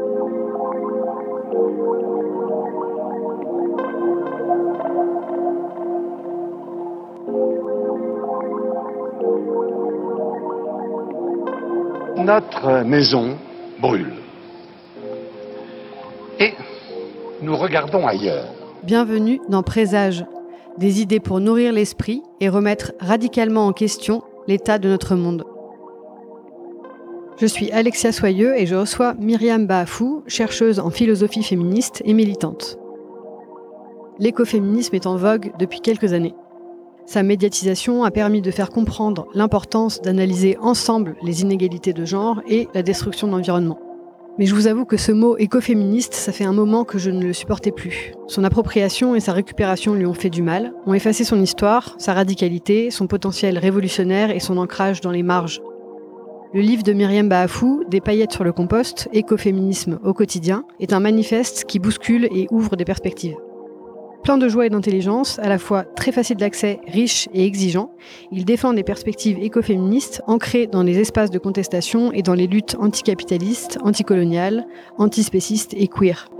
Notre maison brûle. Et nous regardons ailleurs. Bienvenue dans Présage, des idées pour nourrir l'esprit et remettre radicalement en question l'état de notre monde. Je suis Alexia Soyeux et je reçois Myriam Baafou, chercheuse en philosophie féministe et militante. L'écoféminisme est en vogue depuis quelques années. Sa médiatisation a permis de faire comprendre l'importance d'analyser ensemble les inégalités de genre et la destruction de l'environnement. Mais je vous avoue que ce mot écoféministe, ça fait un moment que je ne le supportais plus. Son appropriation et sa récupération lui ont fait du mal, ont effacé son histoire, sa radicalité, son potentiel révolutionnaire et son ancrage dans les marges. Le livre de Myriam Baafou, Des paillettes sur le compost, écoféminisme au quotidien, est un manifeste qui bouscule et ouvre des perspectives. Plein de joie et d'intelligence, à la fois très facile d'accès, riche et exigeant, il défend des perspectives écoféministes ancrées dans les espaces de contestation et dans les luttes anticapitalistes, anticoloniales, antispécistes et queer.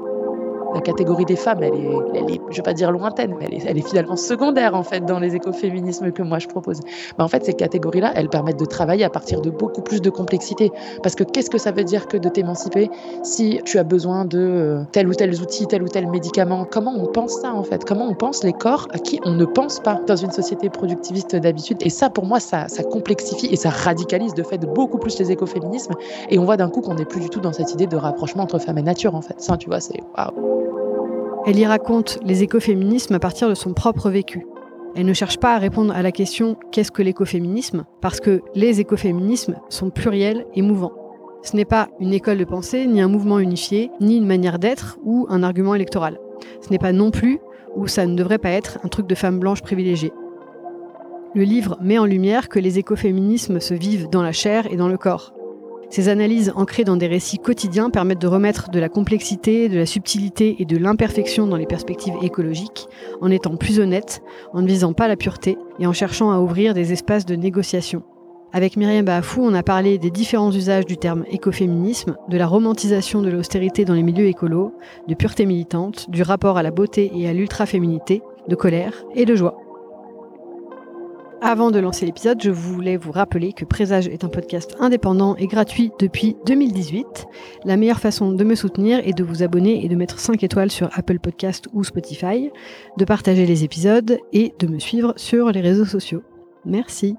La catégorie des femmes, elle est, je vais pas dire lointaine, mais elle est finalement secondaire en fait dans les écoféminismes que moi je propose. En fait, ces catégories-là, elles permettent de travailler à partir de beaucoup plus de complexité. Parce que qu'est-ce que ça veut dire que de t'émanciper si tu as besoin de tel ou tel outil, tel ou tel médicament? Comment on pense ça en fait? Comment on pense les corps à qui on ne pense pas dans une société productiviste d'habitude? Et ça, pour moi, ça complexifie et ça radicalise de fait beaucoup plus les écoféminismes. Et on voit d'un coup qu'on n'est plus du tout dans cette idée de rapprochement entre femme et nature en fait. Ça, tu vois, c'est waouh. Elle y raconte les écoféminismes à partir de son propre vécu. Elle ne cherche pas à répondre à la question « qu'est-ce que l'écoféminisme ?» parce que les écoféminismes sont pluriels et mouvants. Ce n'est pas une école de pensée, ni un mouvement unifié, ni une manière d'être ou un argument électoral. Ce n'est pas non plus, ou ça ne devrait pas être, un truc de femme blanche privilégiée. Le livre met en lumière que les écoféminismes se vivent dans la chair et dans le corps. Ces analyses ancrées dans des récits quotidiens permettent de remettre de la complexité, de la subtilité et de l'imperfection dans les perspectives écologiques, en étant plus honnête, en ne visant pas la pureté et en cherchant à ouvrir des espaces de négociation. Avec Myriam Baafou, on a parlé des différents usages du terme écoféminisme, de la romantisation de l'austérité dans les milieux écolos, de pureté militante, du rapport à la beauté et à l'ultra-féminité, de colère et de joie. Avant de lancer l'épisode, je voulais vous rappeler que Présage est un podcast indépendant et gratuit depuis 2018. La meilleure façon de me soutenir est de vous abonner et de mettre 5 étoiles sur Apple Podcast ou Spotify, de partager les épisodes et de me suivre sur les réseaux sociaux. Merci.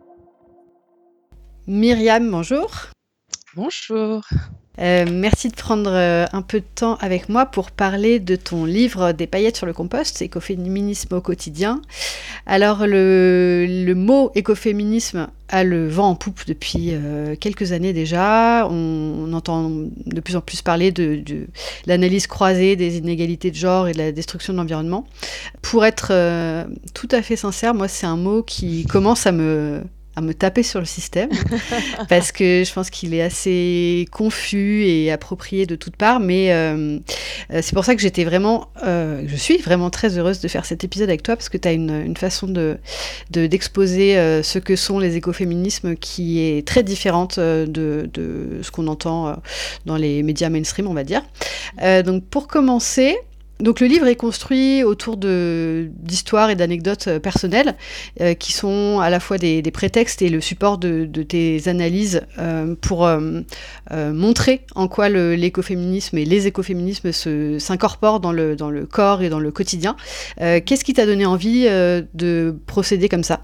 Myriam, bonjour. Bonjour. Merci de prendre un peu de temps avec moi pour parler de ton livre Des paillettes sur le compost, écoféminisme au quotidien. Alors le mot écoféminisme a le vent en poupe depuis quelques années déjà. On entend de plus en plus parler de l'analyse croisée des inégalités de genre et de la destruction de l'environnement. Pour être tout à fait sincère, moi c'est un mot qui commence à me taper sur le système, parce que je pense qu'il est assez confus et approprié de toutes parts, mais c'est pour ça que je suis vraiment très heureuse de faire cet épisode avec toi, parce que tu as une façon d'exposer ce que sont les écoféminismes qui est très différente de ce qu'on entend dans les médias mainstream, on va dire. Donc pour commencer... Donc le livre est construit autour d'histoires et d'anecdotes personnelles qui sont à la fois des prétextes et le support de tes analyses pour montrer en quoi l'écoféminisme et les écoféminismes s'incorporent dans le corps et dans le quotidien. Qu'est-ce qui t'a donné envie de procéder comme ça ?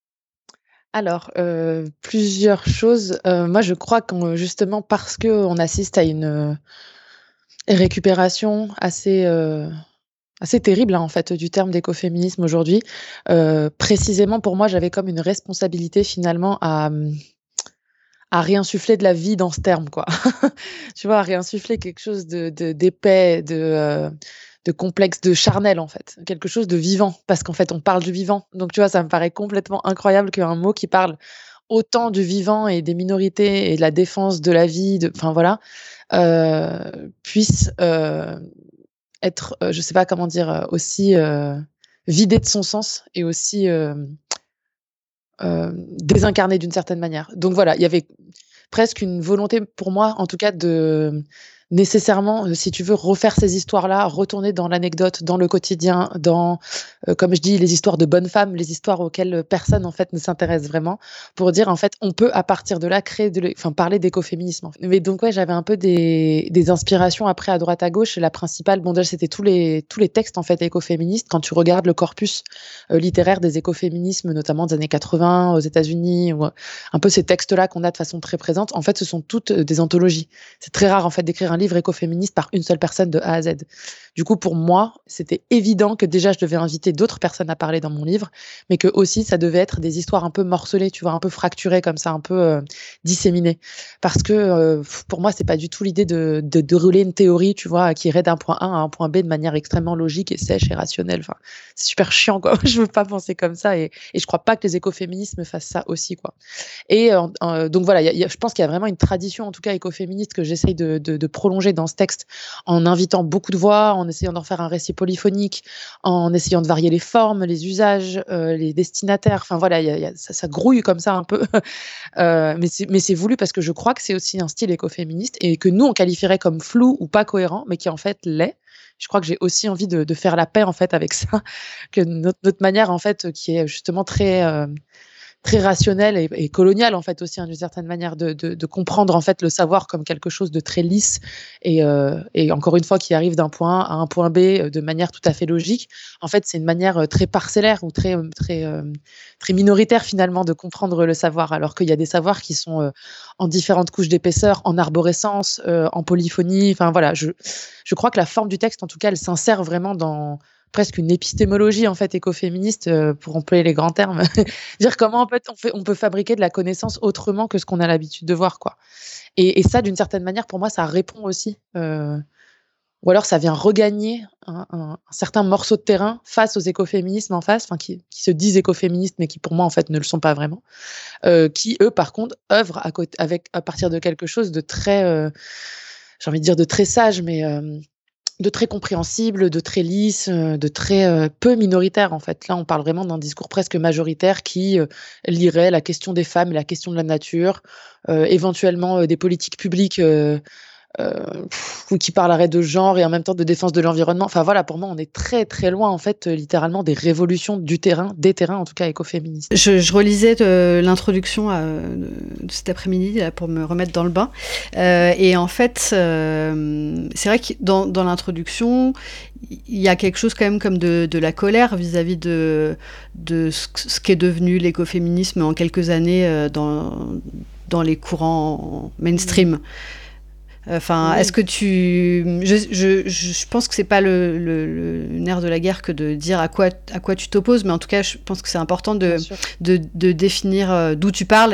Alors, plusieurs choses. Moi, je crois justement parce qu'on assiste à une récupération assez terrible en fait du terme d'écoféminisme aujourd'hui. Précisément pour moi, j'avais comme une responsabilité finalement à réinsuffler de la vie dans ce terme, quoi. Tu vois, à réinsuffler quelque chose d'épais, de complexe, de charnel en fait, quelque chose de vivant, parce qu'en fait on parle du vivant. Donc tu vois, ça me paraît complètement incroyable qu'un mot qui parle autant du vivant et des minorités et de la défense de la vie, enfin voilà, puisse être, je sais pas comment dire, aussi vidé de son sens et aussi désincarné d'une certaine manière. Donc voilà, il y avait presque une volonté pour moi, en tout cas, de nécessairement, si tu veux, refaire ces histoires-là, retourner dans l'anecdote, dans le quotidien, dans, comme je dis, les histoires de bonnes femmes, les histoires auxquelles personne, en fait, ne s'intéresse vraiment, pour dire, en fait, on peut, à partir de là, parler d'écoféminisme, en fait. Mais donc, ouais, j'avais un peu des inspirations après à droite à gauche. La principale, bon, déjà, c'était tous les textes, en fait, écoféministes. Quand tu regardes le corpus littéraire des écoféminismes, notamment des années 80 aux États-Unis, ou un peu ces textes-là qu'on a de façon très présente, en fait, ce sont toutes des anthologies. C'est très rare, en fait, d'écrire un livre écoféministe par une seule personne de A à Z. Du coup, pour moi, c'était évident que déjà, je devais inviter d'autres personnes à parler dans mon livre, mais que aussi, ça devait être des histoires un peu morcelées, tu vois, un peu fracturées comme ça, un peu disséminées. Parce que pour moi, c'est pas du tout l'idée de dérouler une théorie, tu vois, qui irait d'un point A à un point B de manière extrêmement logique et sèche et rationnelle. Enfin, c'est super chiant, quoi. Je veux pas penser comme ça et je crois pas que les écoféminismes fassent ça aussi, quoi. Et donc voilà, je pense qu'il y a vraiment une tradition, en tout cas écoféministe, que j'essaye de prolonger dans ce texte, en invitant beaucoup de voix, en essayant d'en faire un récit polyphonique, en essayant de varier les formes, les usages, les destinataires. Enfin voilà, ça grouille comme ça un peu. Mais c'est voulu parce que je crois que c'est aussi un style écoféministe et que nous, on qualifierait comme flou ou pas cohérent, mais qui en fait l'est. Je crois que j'ai aussi envie de faire la paix en fait avec ça, que notre manière en fait, qui est justement très rationnelle et coloniale en fait aussi, hein, d'une certaine manière, de comprendre en fait le savoir comme quelque chose de très lisse et encore une fois qui arrive d'un point A à un point B de manière tout à fait logique. En fait, c'est une manière très parcellaire ou très minoritaire finalement de comprendre le savoir, alors qu'il y a des savoirs qui sont en différentes couches d'épaisseur, en arborescence, en polyphonie. Enfin voilà, je crois que la forme du texte, en tout cas, elle s'insère vraiment dans presque une épistémologie en fait écoféministe, pour employer les grands termes. Dire comment en fait on peut fabriquer de la connaissance autrement que ce qu'on a l'habitude de voir, quoi. Et ça, d'une certaine manière, pour moi, ça répond aussi, ou alors ça vient regagner un certain morceau de terrain face aux écoféminismes en face, enfin qui se disent écoféministes, mais qui pour moi en fait ne le sont pas vraiment, qui eux par contre œuvrent à partir de quelque chose de très, j'ai envie de dire de très sage, mais de très compréhensible, de très lisse, de très, peu minoritaire, en fait. Là, on parle vraiment d'un discours presque majoritaire qui, lierait la question des femmes et la question de la nature, éventuellement, des politiques publiques, ou qui parlerait de genre et en même temps de défense de l'environnement. Enfin voilà, pour moi, on est très, très loin, en fait, littéralement des révolutions du terrain, des terrains, en tout cas écoféministes. Je relisais l'introduction de cet après-midi là, pour me remettre dans le bain. Et en fait, c'est vrai que dans l'introduction, il y a quelque chose quand même comme de la colère vis-à-vis de ce qu'est devenu l'écoféminisme en quelques années dans les courants mainstream. Enfin, Oui. est-ce que je pense que c'est pas le nerf de la guerre que de dire à quoi tu t'opposes, mais en tout cas, je pense que c'est important Bien sûr. de définir d'où tu parles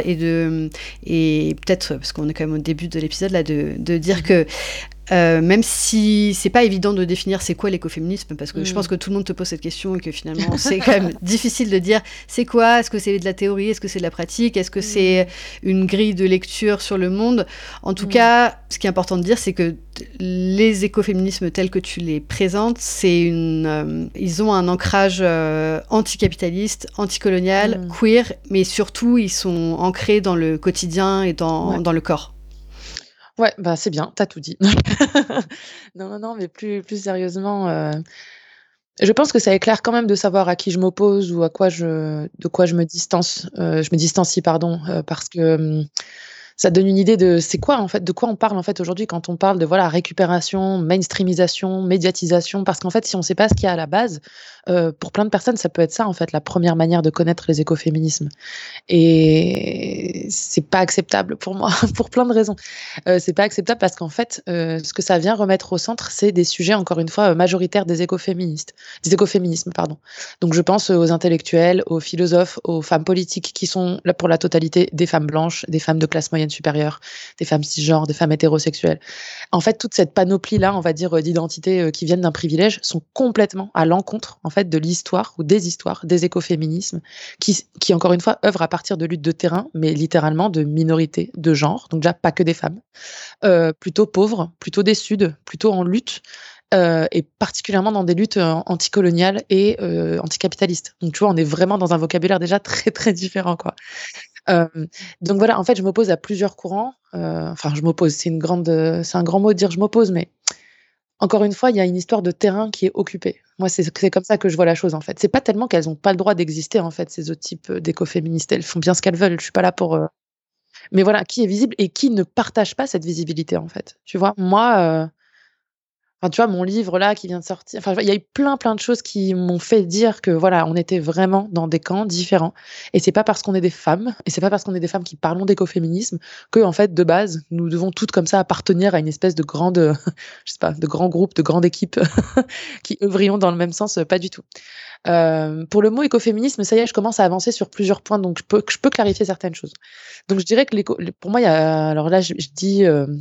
et peut-être, parce qu'on est quand même au début de l'épisode là, de dire que même si c'est pas évident de définir c'est quoi l'écoféminisme, parce que je pense que tout le monde te pose cette question et que finalement c'est quand même difficile de dire c'est quoi, est-ce que c'est de la théorie, est-ce que c'est de la pratique, est-ce que c'est une grille de lecture sur le monde. En tout cas, ce qui est important de dire, c'est que les écoféminismes tels que tu les présentes, ils ont un ancrage anticapitaliste, anticolonial, queer, mais surtout ils sont ancrés dans le quotidien et dans le corps. Ouais, bah, c'est bien, t'as tout dit. Non, mais plus sérieusement, je pense que ça éclaire quand même de savoir à qui je m'oppose ou de quoi je me distance, je me distancie, pardon, parce que, ça donne une idée de c'est quoi en fait, de quoi on parle en fait aujourd'hui quand on parle de voilà récupération, mainstreamisation, médiatisation. Parce qu'en fait, si on ne sait pas ce qu'il y a à la base, pour plein de personnes, ça peut être ça en fait la première manière de connaître les écoféminismes. Et c'est pas acceptable pour moi, pour plein de raisons. C'est pas acceptable parce qu'en fait, ce que ça vient remettre au centre, c'est des sujets encore une fois, majoritaires des écoféminismes, pardon. Donc je pense aux intellectuels, aux philosophes, aux femmes politiques qui sont là pour la totalité des femmes blanches, des femmes de classe moyenne supérieure, des femmes cisgenres, des femmes hétérosexuelles. En fait, toute cette panoplie-là, on va dire, d'identités, qui viennent d'un privilège sont complètement à l'encontre, en fait, de l'histoire ou des histoires des écoféminismes qui encore une fois, œuvrent à partir de luttes de terrain, mais littéralement de minorités de genre, donc déjà pas que des femmes, plutôt pauvres, plutôt des Suds, plutôt en lutte, et particulièrement dans des luttes, anticoloniales et anticapitalistes. Donc tu vois, on est vraiment dans un vocabulaire déjà très, très différent, quoi. Hem, donc voilà, en fait, je m'oppose à plusieurs courants, enfin je m'oppose, c'est un grand mot de dire je m'oppose, mais encore une fois, il y a une histoire de terrain qui est occupé. Moi, c'est comme ça que je vois la chose, en fait. C'est pas tellement qu'elles ont pas le droit d'exister, en fait, ces autres types, d'écoféministes. Elles font bien ce qu'elles veulent, je suis pas là pour, mais voilà, qui est visible et qui ne partage pas cette visibilité, en fait, tu vois? Moi, enfin, tu vois, mon livre là qui vient de sortir, enfin, il y a eu plein de choses qui m'ont fait dire que voilà, on était vraiment dans des camps différents et c'est pas parce qu'on est des femmes et c'est pas parce qu'on est des femmes qui parlons d'écoféminisme que en fait, de base, nous devons toutes comme ça appartenir à une espèce de grande, je sais pas, de grand groupe, de grande équipe qui œuvrions dans le même sens, pas du tout. Pour le mot écoféminisme, ça y est, je commence à avancer sur plusieurs points, donc je peux clarifier certaines choses. Donc je dirais que pour moi, il y a alors là, je dis,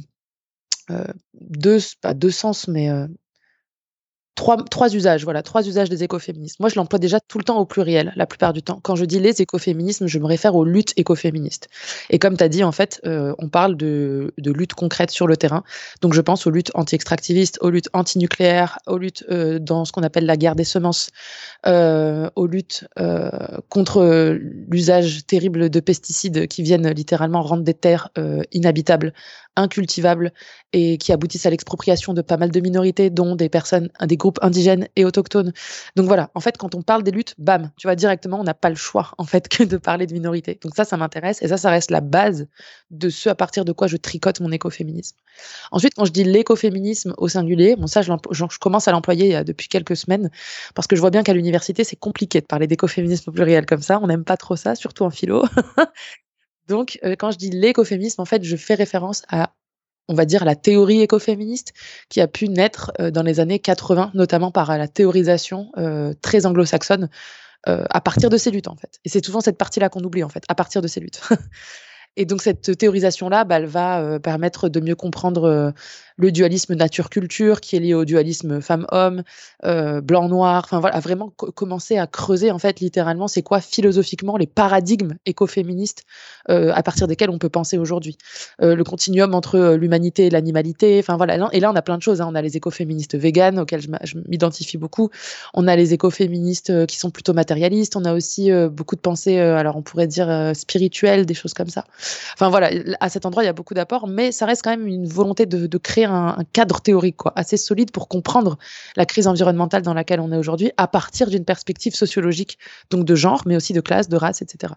2 pas 2 sens, mais, trois usages, voilà, 3 usages des écoféministes. Moi, je l'emploie déjà tout le temps au pluriel, la plupart du temps. Quand je dis les écoféminismes, je me réfère aux luttes écoféministes et comme tu as dit, en fait, on parle de luttes concrètes sur le terrain. Donc je pense aux luttes anti-extractivistes, aux luttes antinucléaires, aux luttes, dans ce qu'on appelle la guerre des semences, aux luttes, contre, l'usage terrible de pesticides qui viennent littéralement rendre des terres, inhabitables, incultivables et qui aboutissent à l'expropriation de pas mal de minorités, dont des groupes indigènes et autochtones. Donc voilà, en fait, quand on parle des luttes, bam, tu vois directement, on n'a pas le choix en fait que de parler de minorités. Donc ça m'intéresse et ça reste la base de ce à partir de quoi je tricote mon écoféminisme. Ensuite, quand je dis l'écoféminisme au singulier, bon ça je commence à l'employer depuis quelques semaines parce que je vois bien qu'à l'université, c'est compliqué de parler d'écoféminisme au pluriel comme ça. On n'aime pas trop ça, surtout en philo. Donc, quand je dis l'écoféminisme, en fait, je fais référence à, on va dire, la théorie écoféministe qui a pu naître, dans les années 80, notamment par, la théorisation, très anglo-saxonne, à partir de ces luttes, en fait. Et c'est souvent cette partie-là qu'on oublie, en fait, à partir de ces luttes. Et donc cette théorisation-là, bah, elle va, permettre de mieux comprendre, le dualisme nature-culture qui est lié au dualisme femme-homme, blanc-noir, enfin voilà, à vraiment commencer à creuser en fait littéralement c'est quoi philosophiquement les paradigmes écoféministes, à partir desquels on peut penser aujourd'hui. Le continuum entre, l'humanité et l'animalité, enfin voilà, là on a plein de choses, hein. On a les écoféministes véganes auxquels je m'identifie beaucoup. On a les écoféministes, qui sont plutôt matérialistes. On a aussi, beaucoup de pensées, alors on pourrait dire, spirituelles, des choses comme ça. Enfin voilà, à cet endroit, il y a beaucoup d'apports, mais ça reste quand même une volonté de créer un cadre théorique quoi, assez solide pour comprendre la crise environnementale dans laquelle on est aujourd'hui à partir d'une perspective sociologique, donc de genre, mais aussi de classe, de race, et cetera.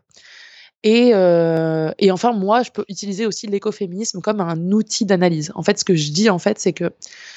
Et enfin, moi, je peux utiliser aussi l'écoféminisme comme un outil d'analyse. En fait, ce que je dis, en fait, c'est que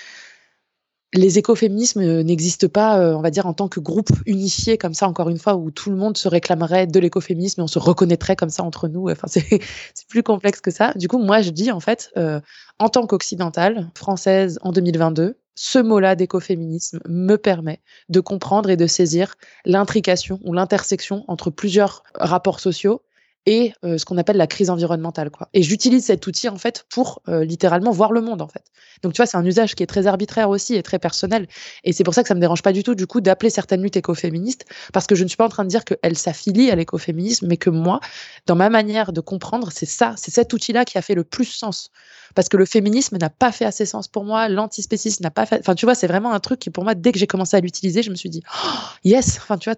les écoféminismes, n'existent pas, on va dire en tant que groupe unifié comme ça, encore une fois, où tout le monde se réclamerait de l'écoféminisme et on se reconnaîtrait comme ça entre nous. Enfin, c'est plus complexe que ça. Du coup, moi, je dis en fait, en tant qu'occidentale, française en 2022, ce mot-là d'écoféminisme me permet de comprendre et de saisir l'intrication ou l'intersection entre plusieurs rapports sociaux et ce qu'on appelle la crise environnementale, quoi. Et j'utilise cet outil en fait pour, littéralement voir le monde, en fait. Donc tu vois, c'est un usage qui est très arbitraire aussi et très personnel et c'est pour ça que ça me dérange pas du tout, du coup, d'appeler certaines luttes écoféministes parce que je ne suis pas en train de dire qu'elles s'affilient à l'écoféminisme, mais que moi, dans ma manière de comprendre, c'est ça, c'est cet outil-là qui a fait le plus sens. Parce que le féminisme n'a pas fait assez sens pour moi, l'antispécisme n'a pas fait enfin, tu vois, c'est vraiment un truc qui pour moi, dès que j'ai commencé à l'utiliser, je me suis dit: «Oh, yes!» Enfin, tu vois,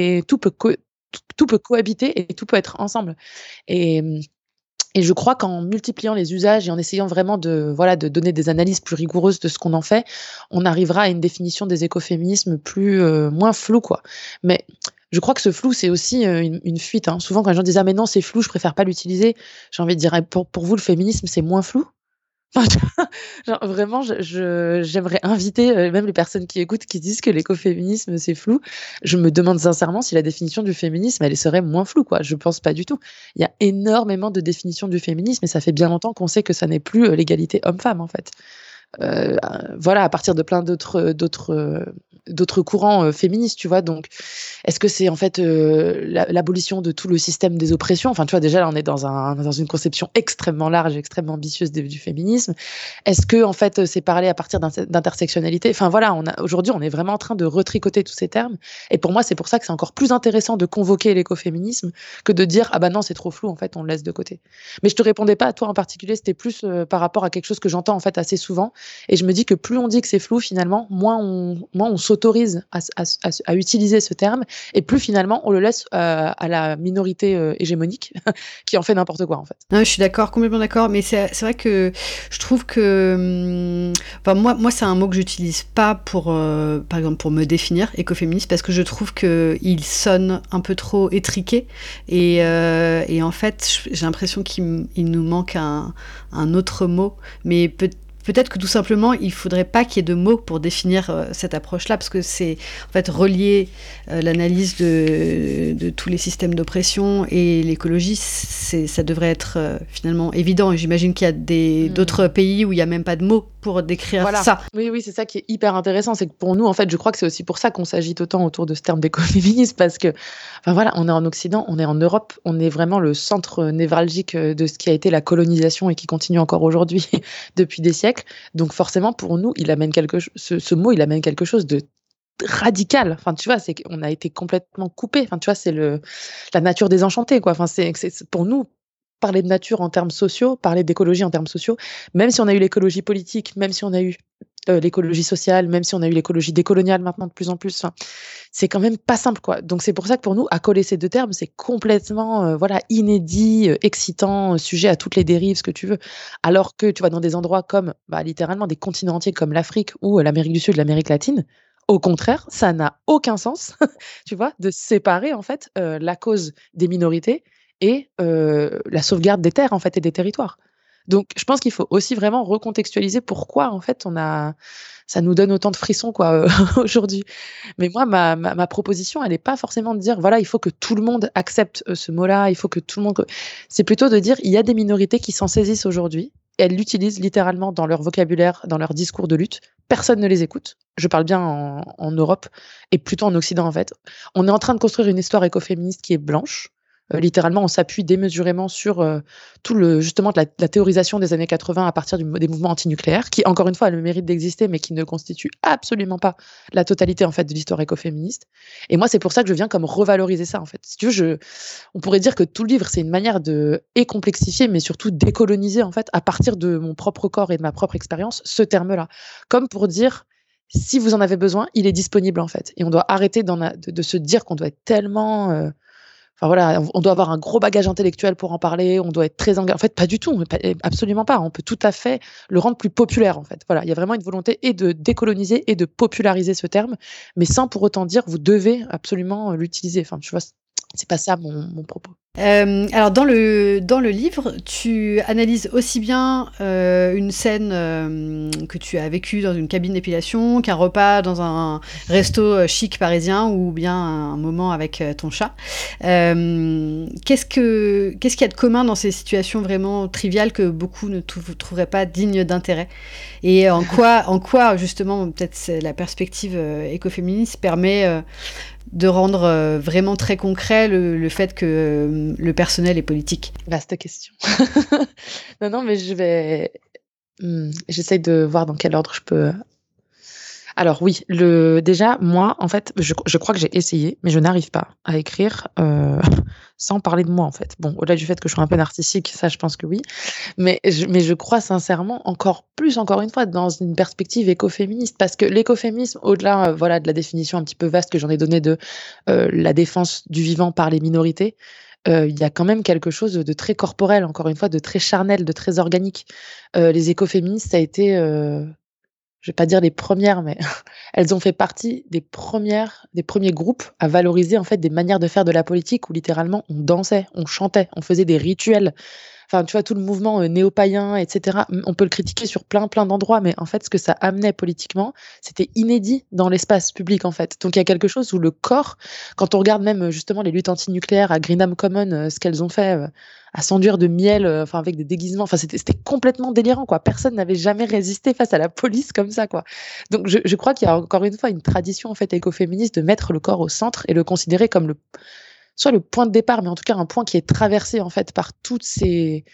tout peut cohabiter et tout peut être ensemble et et je crois qu'en multipliant les usages et en essayant vraiment de, voilà, de donner des analyses plus rigoureuses de ce qu'on en fait, on arrivera à une définition des écoféminismes plus, moins floue, quoi. Mais je crois que ce flou, c'est aussi, une fuite, hein. Souvent quand les gens disent: «Ah mais non, c'est flou, je préfère pas l'utiliser», j'ai envie de dire: «Eh, pour vous, le féminisme, c'est moins flou?» Enfin, tu vois? Genre vraiment, j'aimerais inviter, même les personnes qui écoutent, qui disent que l'écoféminisme, c'est flou. Je me demande sincèrement si la définition du féminisme, elle serait moins floue, quoi. Je pense pas du tout. Il y a énormément de définitions du féminisme et ça fait bien longtemps qu'on sait que ça n'est plus, l'égalité homme-femme, en fait. Heu, voilà, à partir de plein d'autres courants, féministes, tu vois? Donc, est-ce que c'est en fait, l'abolition de tout le système des oppressions? Enfin, tu vois, déjà là, on est dans une conception extrêmement large, extrêmement ambitieuse du féminisme. Est-ce que en fait, c'est parler à partir d'intersectionnalité? Enfin voilà, aujourd'hui, on est vraiment en train de retricoter tous ces termes et pour moi, c'est pour ça que c'est encore plus intéressant de convoquer l'écoféminisme que de dire: «Ah bah non, c'est trop flou, en fait, on le laisse de côté». Mais je te répondais pas à toi en particulier, c'était plus, par rapport à quelque chose que j'entends en fait assez souvent Et je me dis que plus on dit que c'est flou, finalement, moins on s'autorise à utiliser ce terme, et plus finalement on le laisse à la minorité hégémonique qui en fait n'importe quoi, en fait. Non, je suis d'accord, complètement d'accord, mais c'est vrai que je trouve que, enfin, moi, c'est un mot que j'utilise pas pour, par exemple, pour me définir écoféministe, parce que je trouve que il sonne un peu trop étriqué, et en fait, j'ai l'impression il nous manque un autre mot, mais peut-être que tout simplement, il faudrait pas qu'il y ait de mots pour définir cette approche-là, parce que c'est en fait relier l'analyse de tous les systèmes d'oppression et l'écologie, ça devrait être finalement évident. Et j'imagine qu'il y a d'autres pays où il n'y a même pas de mots pour décrire Voilà. ça. Oui, c'est ça qui est hyper intéressant. C'est que pour nous, en fait, je crois que c'est aussi pour ça qu'on s'agite autant autour de ce terme d'écoféminisme, parce que, enfin voilà, on est en Occident, on est en Europe, on est vraiment le centre névralgique de ce qui a été la colonisation et qui continue encore aujourd'hui depuis des siècles. Donc forcément, pour nous, ce mot, il amène quelque chose de radical. Enfin, tu vois, c'est qu'on a été complètement coupé. Enfin, tu vois, c'est la nature désenchantée, quoi. Enfin, c'est pour nous, parler de nature en termes sociaux, parler d'écologie en termes sociaux, même si on a eu l'écologie politique, même si on a eu l'écologie sociale, même si on a eu l'écologie décoloniale maintenant de plus en plus, enfin, c'est quand même pas simple, quoi. Donc c'est pour ça que pour nous, accoler ces deux termes, c'est complètement voilà, inédit, excitant, sujet à toutes les dérives, ce que tu veux. Alors que tu vas dans des endroits comme littéralement des continents entiers comme l'Afrique ou l'Amérique du Sud, l'Amérique latine, au contraire, ça n'a aucun sens, tu vois, de séparer en fait la cause des minorités et la sauvegarde des terres en fait et des territoires. Donc je pense qu'il faut aussi vraiment recontextualiser pourquoi en fait ça nous donne autant de frissons, quoi, aujourd'hui. Mais moi ma proposition, elle est pas forcément de dire voilà, il faut que tout le monde accepte ce mot-là, il faut que tout le monde, c'est plutôt de dire il y a des minorités qui s'en saisissent aujourd'hui et elles l'utilisent littéralement dans leur vocabulaire, dans leur discours de lutte. Personne ne les écoute. Je parle bien en Europe et plutôt en Occident, en fait. On est en train de construire une histoire écoféministe qui est blanche. Littéralement, on s'appuie démesurément sur justement la théorisation des années 80 à partir des mouvements antinucléaires, qui, encore une fois, a le mérite d'exister, mais qui ne constitue absolument pas la totalité, en fait, de l'histoire écoféministe. Et moi, c'est pour ça que je viens comme revaloriser ça, en fait. Si tu veux, on pourrait dire que tout le livre, c'est une manière de complexifier, mais surtout décoloniser, en fait, à partir de mon propre corps et de ma propre expérience, ce terme-là. Comme pour dire, si vous en avez besoin, il est disponible, en fait. Et on doit arrêter de se dire qu'on doit être tellement... enfin voilà, on doit avoir un gros bagage intellectuel pour en parler, on doit être très engagé. En fait, pas du tout, absolument pas. On peut tout à fait le rendre plus populaire, en fait. Voilà, il y a vraiment une volonté et de décoloniser et de populariser ce terme, mais sans pour autant dire vous devez absolument l'utiliser. Enfin, tu vois, c'est pas ça mon propos. Alors dans le livre, tu analyses aussi bien une scène que tu as vécue dans une cabine d'épilation, qu'un repas dans un resto chic parisien, ou bien un moment avec ton chat. Qu'est-ce qu'il y a de commun dans ces situations vraiment triviales que beaucoup ne trouveraient pas dignes d'intérêt? Et en quoi justement peut-être la perspective écoféministe permet de rendre vraiment très concret le fait que le personnel est politique? Vaste question. Non, mais j'essaye de voir dans quel ordre je peux. Alors oui, déjà, moi, en fait, je crois que j'ai essayé, mais je n'arrive pas à écrire sans parler de moi, en fait. Bon, au-delà du fait que je sois un peu narcissique, ça, je pense que oui. Mais je crois sincèrement, encore une fois, dans une perspective écoféministe. Parce que l'écoféminisme, au-delà voilà, de la définition un petit peu vaste que j'en ai donnée de la défense du vivant par les minorités, il y a quand même quelque chose de très corporel, encore une fois, de très charnel, de très organique. Les écoféministes, ça a été... je vais pas dire les premières, mais elles ont fait partie des premiers groupes à valoriser en fait des manières de faire de la politique où littéralement on dansait, on chantait, on faisait des rituels. Enfin, tu vois, tout le mouvement néo-païen, etc. On peut le critiquer sur plein d'endroits, mais en fait, ce que ça amenait politiquement, c'était inédit dans l'espace public, en fait. Donc, il y a quelque chose où le corps, quand on regarde même justement les luttes antinucléaires à Greenham Common, ce qu'elles ont fait à s'enduire de miel, enfin avec des déguisements, enfin c'était complètement délirant, quoi. Personne n'avait jamais résisté face à la police comme ça, quoi. Donc, je crois qu'il y a encore une fois une tradition en fait écoféministe de mettre le corps au centre et le considérer comme soit le point de départ, mais en tout cas un point qui est traversé en fait par toutes ces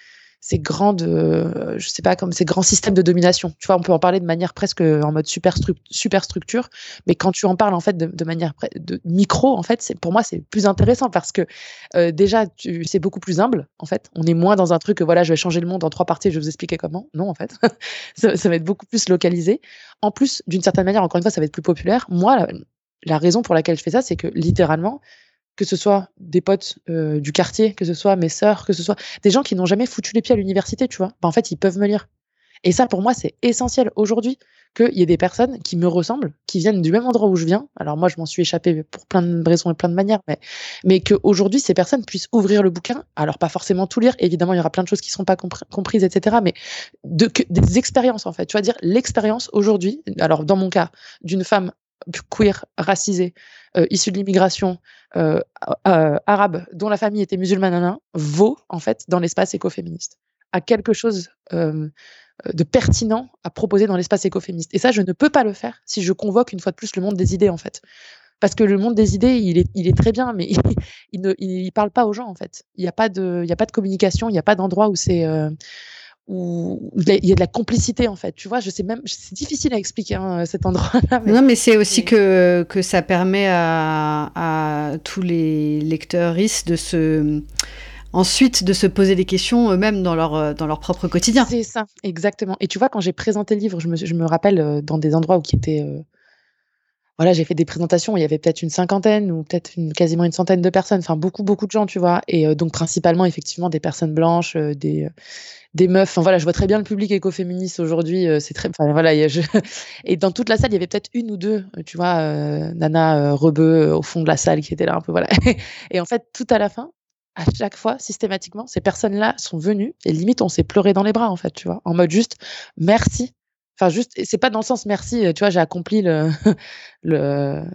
grandes, je sais pas, comme ces grands systèmes de domination. Tu vois, on peut en parler de manière presque en mode superstructure, mais quand tu en parles en fait de manière de micro, en fait, pour moi, c'est plus intéressant parce que déjà, c'est beaucoup plus humble, en fait. On est moins dans un truc, voilà, je vais changer le monde en 3 parties, je vais vous expliquer comment. Non, en fait, ça va être beaucoup plus localisé. En plus, d'une certaine manière, encore une fois, ça va être plus populaire. Moi, la raison pour laquelle je fais ça, c'est que littéralement, que ce soit des potes du quartier, que ce soit mes sœurs, que ce soit des gens qui n'ont jamais foutu les pieds à l'université, tu vois, en fait, ils peuvent me lire. Et ça, pour moi, c'est essentiel aujourd'hui qu'il y ait des personnes qui me ressemblent, qui viennent du même endroit où je viens. Alors moi, je m'en suis échappée pour plein de raisons et plein de manières, mais qu'aujourd'hui, ces personnes puissent ouvrir le bouquin. Alors pas forcément tout lire, évidemment, il y aura plein de choses qui ne seront pas comprises, etc. Mais des expériences, en fait. Tu vas dire l'expérience aujourd'hui, alors dans mon cas, d'une femme queer, racisée, issue de l'immigration, arabe, dont la famille était musulmane, vaut, en fait, dans l'espace écoféministe, à quelque chose de pertinent à proposer dans l'espace écoféministe. Et ça, je ne peux pas le faire si je convoque une fois de plus le monde des idées, en fait. Parce que le monde des idées, il est très bien, mais il parle pas aux gens, en fait. Il y a pas de communication, il y a pas d'endroit où c'est où il y a de la complicité, en fait. Tu vois, je sais même, c'est difficile à expliquer, cet endroit-là. Non, mais c'est aussi que ça permet à tous les lecteuristes ensuite de se poser des questions eux-mêmes dans leur propre quotidien. C'est ça, exactement. Et tu vois, quand j'ai présenté le livre, je me rappelle dans des endroits qui étaient voilà, j'ai fait des présentations, il y avait peut-être une cinquantaine ou peut-être quasiment une centaine de personnes, enfin beaucoup de gens, tu vois. Et donc principalement effectivement des personnes blanches, des meufs. Enfin voilà, je vois très bien le public écoféministe aujourd'hui. C'est très, enfin voilà, et dans toute la salle, il y avait peut-être une ou deux, tu vois, nanas rebeux au fond de la salle qui étaient là un peu, voilà. Et en fait, tout à la fin, à chaque fois, systématiquement, ces personnes-là sont venues et limite on s'est pleuré dans les bras, en fait, tu vois, en mode juste merci. Enfin juste, et c'est pas dans le sens merci, tu vois, j'ai accompli le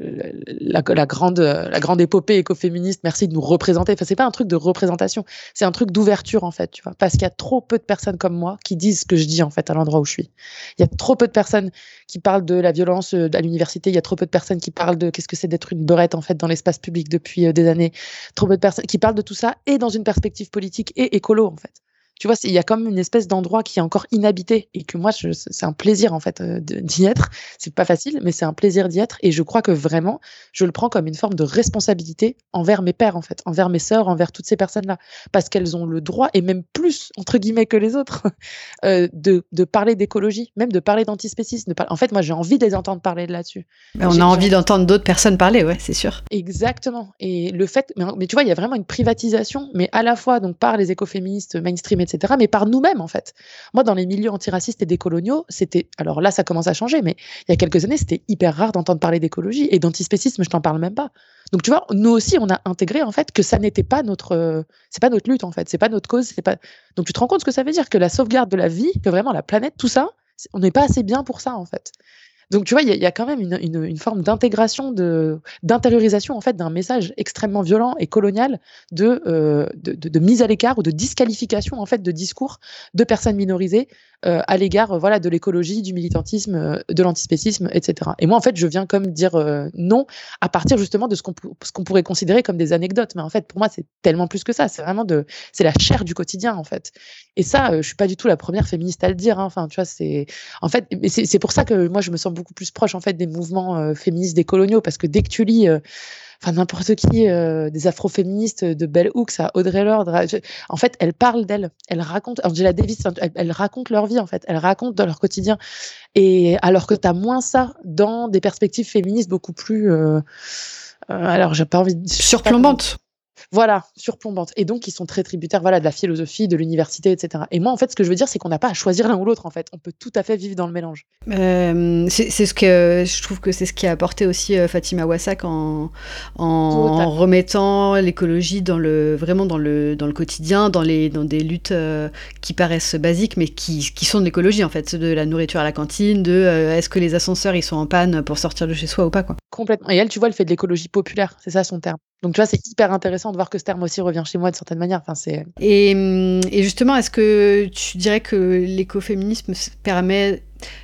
la grande épopée écoféministe, merci de nous représenter. Enfin, c'est pas un truc de représentation, c'est un truc d'ouverture, en fait, tu vois, parce qu'il y a trop peu de personnes comme moi qui disent ce que je dis, en fait, à l'endroit où je suis. Il y a trop peu de personnes qui parlent de la violence à l'université, il y a trop peu de personnes qui parlent de qu'est-ce que c'est d'être une beurette, en fait, dans l'espace public depuis des années. Trop peu de personnes qui parlent de tout ça et dans une perspective politique et écolo, en fait. Tu vois, il y a comme une espèce d'endroit qui est encore inhabité et que moi, c'est un plaisir, en fait, d'y être. C'est pas facile, mais c'est un plaisir d'y être. Et je crois que vraiment, je le prends comme une forme de responsabilité envers mes pairs, en fait, envers mes sœurs, envers toutes ces personnes-là. Parce qu'elles ont le droit, et même plus, entre guillemets, que les autres, de parler d'écologie, même de parler d'antispécisme. En fait, moi, j'ai envie de les entendre parler de là-dessus. On a envie d'entendre d'autres personnes parler, ouais, c'est sûr. Exactement. Et le fait, mais tu vois, il y a vraiment une privatisation, mais à la fois donc par les écoféministes mainstream, etc., mais par nous-mêmes, en fait. Moi, dans les milieux antiracistes et décoloniaux, c'était, alors là, ça commence à changer, mais il y a quelques années, c'était hyper rare d'entendre parler d'écologie et d'antispécisme, je t'en parle même pas. Donc, tu vois, nous aussi, on a intégré, en fait, que ça n'était pas c'est pas notre lutte, en fait, c'est pas notre cause, c'est pas. Donc, tu te rends compte ce que ça veut dire, que la sauvegarde de la vie, que vraiment la planète, tout ça, on n'est pas assez bien pour ça, en fait. Donc, tu vois, il y a quand même une forme d'intégration, d'intériorisation, en fait, d'un message extrêmement violent et colonial de mise à l'écart ou de disqualification, en fait, de discours de personnes minorisées à l'égard, voilà, de l'écologie, du militantisme, de l'antispécisme, etc. Et moi, en fait, je viens comme dire non à partir justement de ce qu'on pourrait considérer comme des anecdotes. Mais en fait, pour moi, c'est tellement plus que ça. C'est vraiment c'est la chair du quotidien, en fait. Et ça, je suis pas du tout la première féministe à le dire, hein. Enfin, tu vois, en fait, c'est pour ça que moi, je me sens beaucoup plus proche, en fait, des mouvements féministes décoloniaux, parce que dès que tu lis n'importe qui, des afroféministes de Bell Hooks à Audre Lorde, en fait, elles parlent d'elles, elles racontent, Angela Davis, elles racontent leur vie, en fait, elles racontent dans leur quotidien. Et alors que tu as moins ça dans des perspectives féministes beaucoup plus, alors j'ai pas envie de... Surplombantes. Voilà, surplombantes. Et donc, ils sont très tributaires, voilà, de la philosophie, de l'université, etc. Et moi, en fait, ce que je veux dire, c'est qu'on n'a pas à choisir l'un ou l'autre, en fait. On peut tout à fait vivre dans le mélange. C'est ce que je trouve que c'est ce qui a apporté aussi Fatima Wassak en remettant l'écologie vraiment dans le quotidien, dans des luttes qui paraissent basiques, mais qui sont de l'écologie, en fait, de la nourriture à la cantine, est-ce que les ascenseurs ils sont en panne pour sortir de chez soi ou pas, quoi. Complètement. Et elle, tu vois, elle fait de l'écologie populaire, c'est ça son terme. Donc tu vois, c'est hyper intéressant de voir que ce terme aussi revient chez moi de certaine manière. Enfin, et justement, est-ce que tu dirais que l'écoféminisme permet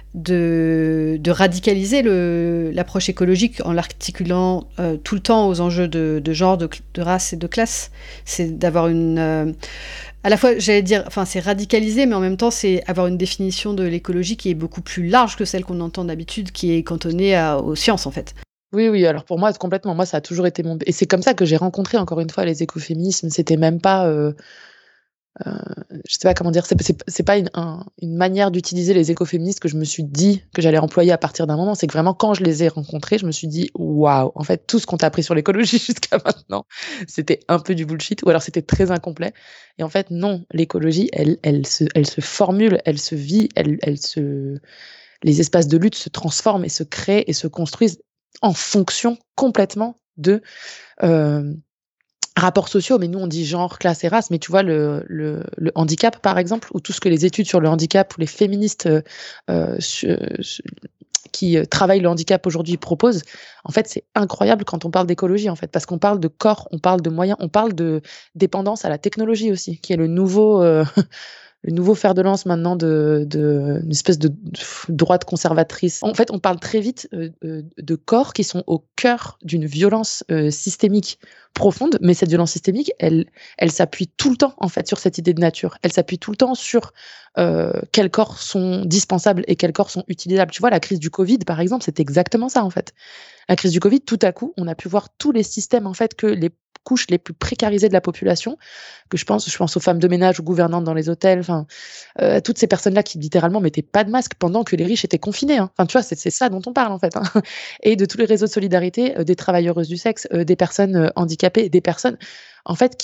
de radicaliser l'approche écologique en l'articulant tout le temps aux enjeux de genre, de race et de classe? C'est d'avoir à la fois, j'allais dire, enfin, c'est radicalisé, mais en même temps, c'est avoir une définition de l'écologie qui est beaucoup plus large que celle qu'on entend d'habitude, qui est cantonnée aux sciences, en fait. Oui, oui, alors pour moi, complètement. Moi, ça a toujours été mon et c'est comme ça que j'ai rencontré encore une fois les écoféminismes. C'était même pas, Heu, je sais pas comment dire, c'est pas une manière d'utiliser les écoféministes que je me suis dit que j'allais employer à partir d'un moment. C'est que vraiment quand je les ai rencontrés, je me suis dit: «Waouh, en fait, tout ce qu'on t'a appris sur l'écologie jusqu'à maintenant, c'était un peu du bullshit ou alors c'était très incomplet» et en fait non, l'écologie, elle se formule, elle se vit, elle se les espaces de lutte se transforment et se créent et se construisent en fonction complètement de, hem rapports sociaux, mais nous on dit genre, classe et race, mais tu vois le handicap par exemple, ou tout ce que les études sur le handicap ou les féministes, su qui, travaillent le handicap aujourd'hui proposent, en fait, c'est incroyable quand on parle d'écologie, en fait, parce qu'on parle de corps, on parle de moyens, on parle de dépendance à la technologie aussi, qui est le nouveau, le nouveau fer de lance maintenant de une espèce de droite conservatrice. En fait, on parle très vite, de corps qui sont au cœur d'une violence, systémique profonde, mais cette violence systémique, elle s'appuie tout le temps, en fait, sur cette idée de nature. Elle s'appuie tout le temps sur, quels corps sont dispensables et quels corps sont utilisables. Tu vois, la crise du covid, par exemple, c'est exactement ça, en fait. La crise du covid, tout à coup, on a pu voir tous les systèmes, en fait, que les couches les plus précarisées de la population, que je pense aux femmes de ménage, aux gouvernantes dans les hôtels, enfin, toutes ces personnes-là qui littéralement mettaient pas de masque pendant que les riches étaient confinés, hein. Enfin, tu vois, c'est ça dont on parle, en fait, hein. Et de tous les réseaux de solidarité, des travailleuses du sexe, des personnes, handicapées, des personnes, en fait,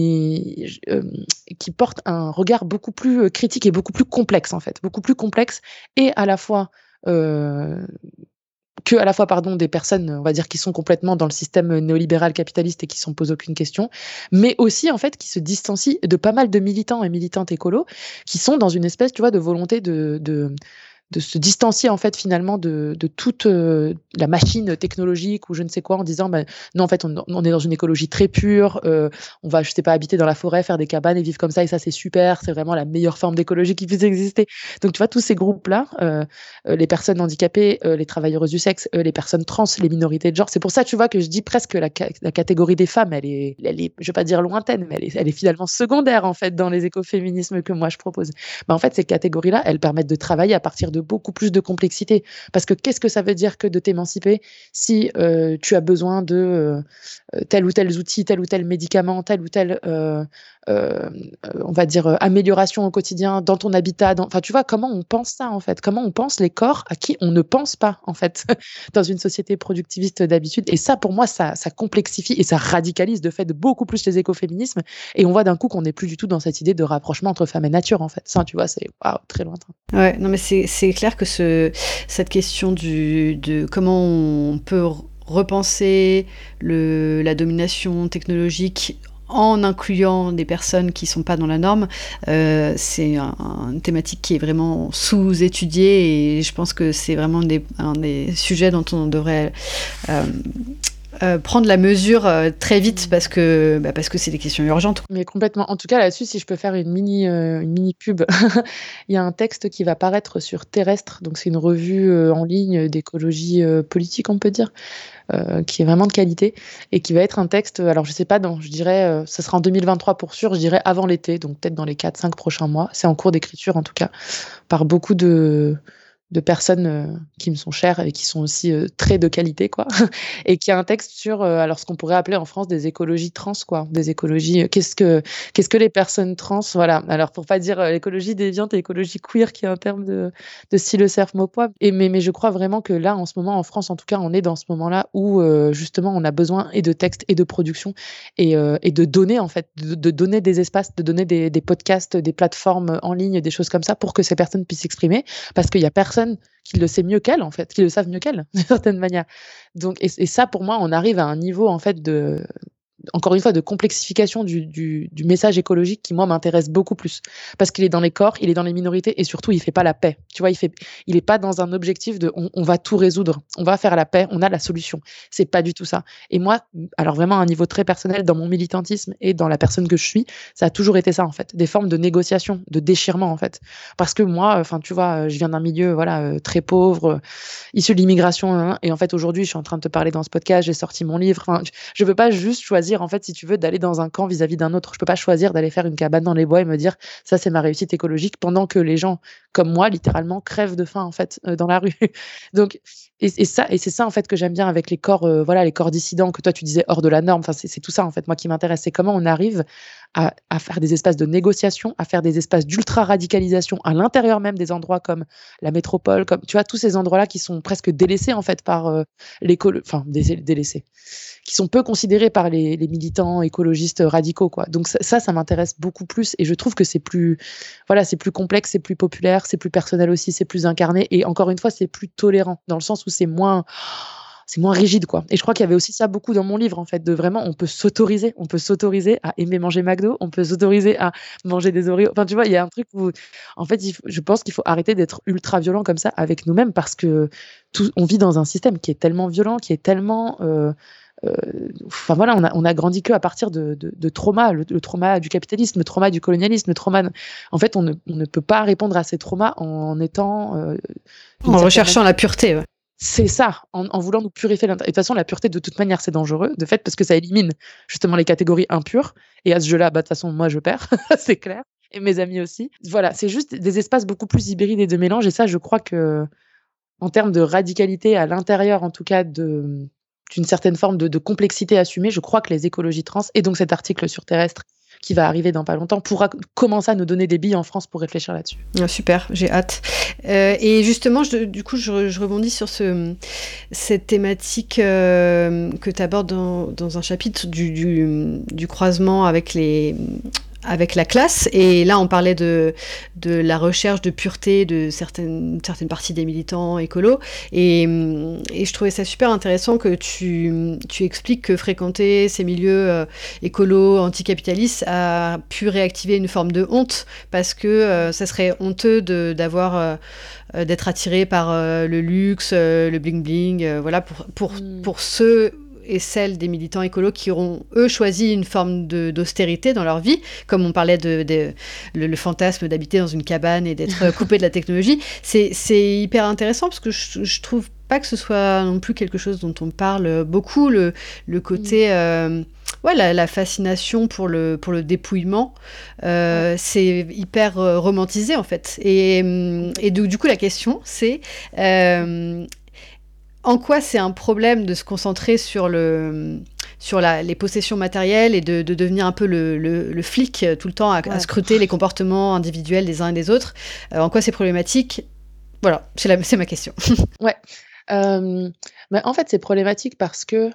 qui portent un regard beaucoup plus, critique et beaucoup plus complexe, en fait. Beaucoup plus complexe et à la fois, heu à la fois, pardon, des personnes, on va dire, qui sont complètement dans le système, néolibéral capitaliste et qui s'en posent aucune question, mais aussi, en fait, qui se distancient de pas mal de militants et militantes écolos, qui sont dans une espèce, tu vois, de volonté de se distancier, en fait, finalement, de toute, la machine technologique ou je ne sais quoi, en disant: «Bah, non, en fait, on est dans une écologie très pure, on va, je sais pas, habiter dans la forêt, faire des cabanes et vivre comme ça et ça, c'est super, c'est vraiment la meilleure forme d'écologie qui puisse exister». Donc tu vois, tous ces groupes-là, les personnes handicapées, les travailleuses du sexe, les personnes trans, les minorités de genre, c'est pour ça, tu vois, que je dis presque que la catégorie des femmes, elle est, je vais pas dire lointaine, mais elle est finalement secondaire, en fait, dans les écoféminismes que moi je propose. Bah, en fait, ces catégories-là, elles permettent de travailler à partir de beaucoup plus de complexité. Parce que qu'est-ce que ça veut dire que de t'émanciper si tu as besoin de tel ou tel outil, tel ou tel médicament, tel ou tel, on va dire, amélioration au quotidien dans ton habitat. Enfin, tu vois, comment on pense ça, en fait? Comment on pense les corps à qui on ne pense pas, en fait, dans une société productiviste d'habitude. Et ça, pour moi, ça complexifie et ça radicalise de fait beaucoup plus les écoféminismes. Et on voit d'un coup qu'on n'est plus du tout dans cette idée de rapprochement entre femme et nature, en fait. Ça, tu vois, c'est waouh, très lointain. Ouais, non, mais c'est clair que cette question de comment on peut repenser la domination technologique en incluant des personnes qui sont pas dans la norme, c'est une thématique qui est vraiment sous-étudiée et je pense que c'est vraiment un des sujets dont on devrait prendre la mesure très vite parce que c'est des questions urgentes. Mais complètement. En tout cas, là-dessus, si je peux faire une mini pub, il y a un texte qui va paraître sur Terrestre, donc c'est une revue, en ligne d'écologie, politique, on peut dire, qui est vraiment de qualité et qui va être un texte, alors je sais pas, je dirais, ça sera en 2023 pour sûr, je dirais avant l'été, donc peut-être dans les 4-5 prochains mois. C'est en cours d'écriture, en tout cas, par beaucoup de personnes, qui me sont chères et qui sont aussi, très de qualité, quoi. Et qui a un texte sur, alors ce qu'on pourrait appeler en France des écologies trans, quoi. Des écologies, qu'est-ce que les personnes trans, voilà. Alors pour pas dire, écologie déviante et écologie queer qui est un terme de Style Surf Maupois et mais je crois vraiment que là, en ce moment, en France, en tout cas, on est dans ce moment-là où, justement, on a besoin et de textes et de production et de donner, en fait, de donner des espaces, de donner des podcasts, des plateformes, en ligne, des choses comme ça pour que ces personnes puissent s'exprimer. Parce qu'il y a personne qui le sait mieux qu'elles, en fait, qui le savent mieux qu'elles, d'une certaine manière. Donc et ça, pour moi, on arrive à un niveau, en fait, encore une fois, de complexification du message écologique qui, moi, m'intéresse beaucoup plus. Parce qu'il est dans les corps, il est dans les minorités et surtout, il fait pas la paix. Tu vois, il est pas dans un objectif de on va tout résoudre, on va faire la paix, on a la solution. C'est pas du tout ça. Et moi, alors vraiment à un niveau très personnel, dans mon militantisme et dans la personne que je suis, ça a toujours été ça, en fait. Des formes de négociation, de déchirement, en fait. Parce que moi, enfin, tu vois, je viens d'un milieu, voilà, très pauvre, issu de l'immigration, hein, et en fait, aujourd'hui, je suis en train de te parler dans ce podcast, j'ai sorti mon livre. Enfin, je veux pas juste choisir choisir, en fait, si tu veux, d'aller dans un camp vis-à-vis d'un autre. Je peux pas choisir d'aller faire une cabane dans les bois et me dire: «Ça, c'est ma réussite écologique», pendant que les gens comme moi, littéralement, crèvent de faim, en fait, dans la rue. Donc et c'est ça, en fait, que j'aime bien avec les corps, voilà, les corps dissidents que toi, tu disais hors de la norme. Enfin, c'est tout ça, en fait, moi, qui m'intéresse. C'est comment on arrive à faire des espaces de négociation, à faire des espaces d'ultra-radicalisation à l'intérieur même des endroits comme la métropole, comme tu vois, tous ces endroits-là qui sont presque délaissés, en fait, par, enfin, délaissés, qui sont peu considérés par les militants écologistes radicaux, quoi. Donc ça m'intéresse beaucoup plus et je trouve que c'est plus, voilà, c'est plus complexe, c'est plus populaire, c'est plus personnel aussi, c'est plus incarné et encore une fois, c'est plus tolérant dans le sens où c'est moins rigide, quoi. Et je crois qu'il y avait aussi ça beaucoup dans mon livre, en fait, de vraiment, on peut s'autoriser à aimer manger McDo, on peut s'autoriser à manger des Oreos. Enfin, tu vois, il y a un truc où, en fait, je pense qu'il faut arrêter d'être ultra violent comme ça avec nous-mêmes parce que on vit dans un système qui est tellement violent, qui est tellement, enfin voilà, on a grandi que à partir de traumas, le trauma du capitalisme, le trauma du colonialisme, le trauma. En fait, on ne peut pas répondre à ces traumas en étant En recherchant la pureté. Ouais. C'est ça, en voulant nous purifier l'intérieur. Et de toute façon, la pureté, de toute manière, c'est dangereux, de fait, parce que ça élimine justement les catégories impures. Et à ce jeu-là, bah, de toute façon, moi, je perds, c'est clair. Et mes amis aussi. Voilà, c'est juste des espaces beaucoup plus hybrides et de mélange. Et ça, je crois que, en termes de radicalité à l'intérieur, en tout cas, d'une certaine forme de complexité assumée, je crois que les écologies trans, et donc cet article sur Terrestre, qui va arriver dans pas longtemps, pourra commencer à nous donner des billes en France pour réfléchir là-dessus. Ah, super, j'ai hâte. Et justement, du coup, je rebondis sur cette thématique que tu abordes dans un chapitre du croisement avec la classe. Et là, on parlait de la recherche de pureté de certaines parties des militants écolos. Et je trouvais ça super intéressant que tu expliques que fréquenter ces milieux écolos, anticapitalistes, a pu réactiver une forme de honte, parce que ça serait honteux d'être attiré par le luxe, le bling-bling, voilà, pour ceux et celles des militants écolos qui auront, eux, choisi une forme d'austérité dans leur vie, comme on parlait le fantasme d'habiter dans une cabane et d'être coupé de la technologie. C'est hyper intéressant, parce que je trouve pas que ce soit non plus quelque chose dont on parle beaucoup, le côté... la fascination pour le dépouillement, c'est hyper romantisé, en fait. Et du coup, la question, c'est... en quoi c'est un problème de se concentrer sur les possessions matérielles et de devenir un peu le flic tout le temps à scruter les comportements individuels des uns et des autres. En quoi c'est problématique? Voilà, c'est ma question. Ouais. En fait, c'est problématique parce que,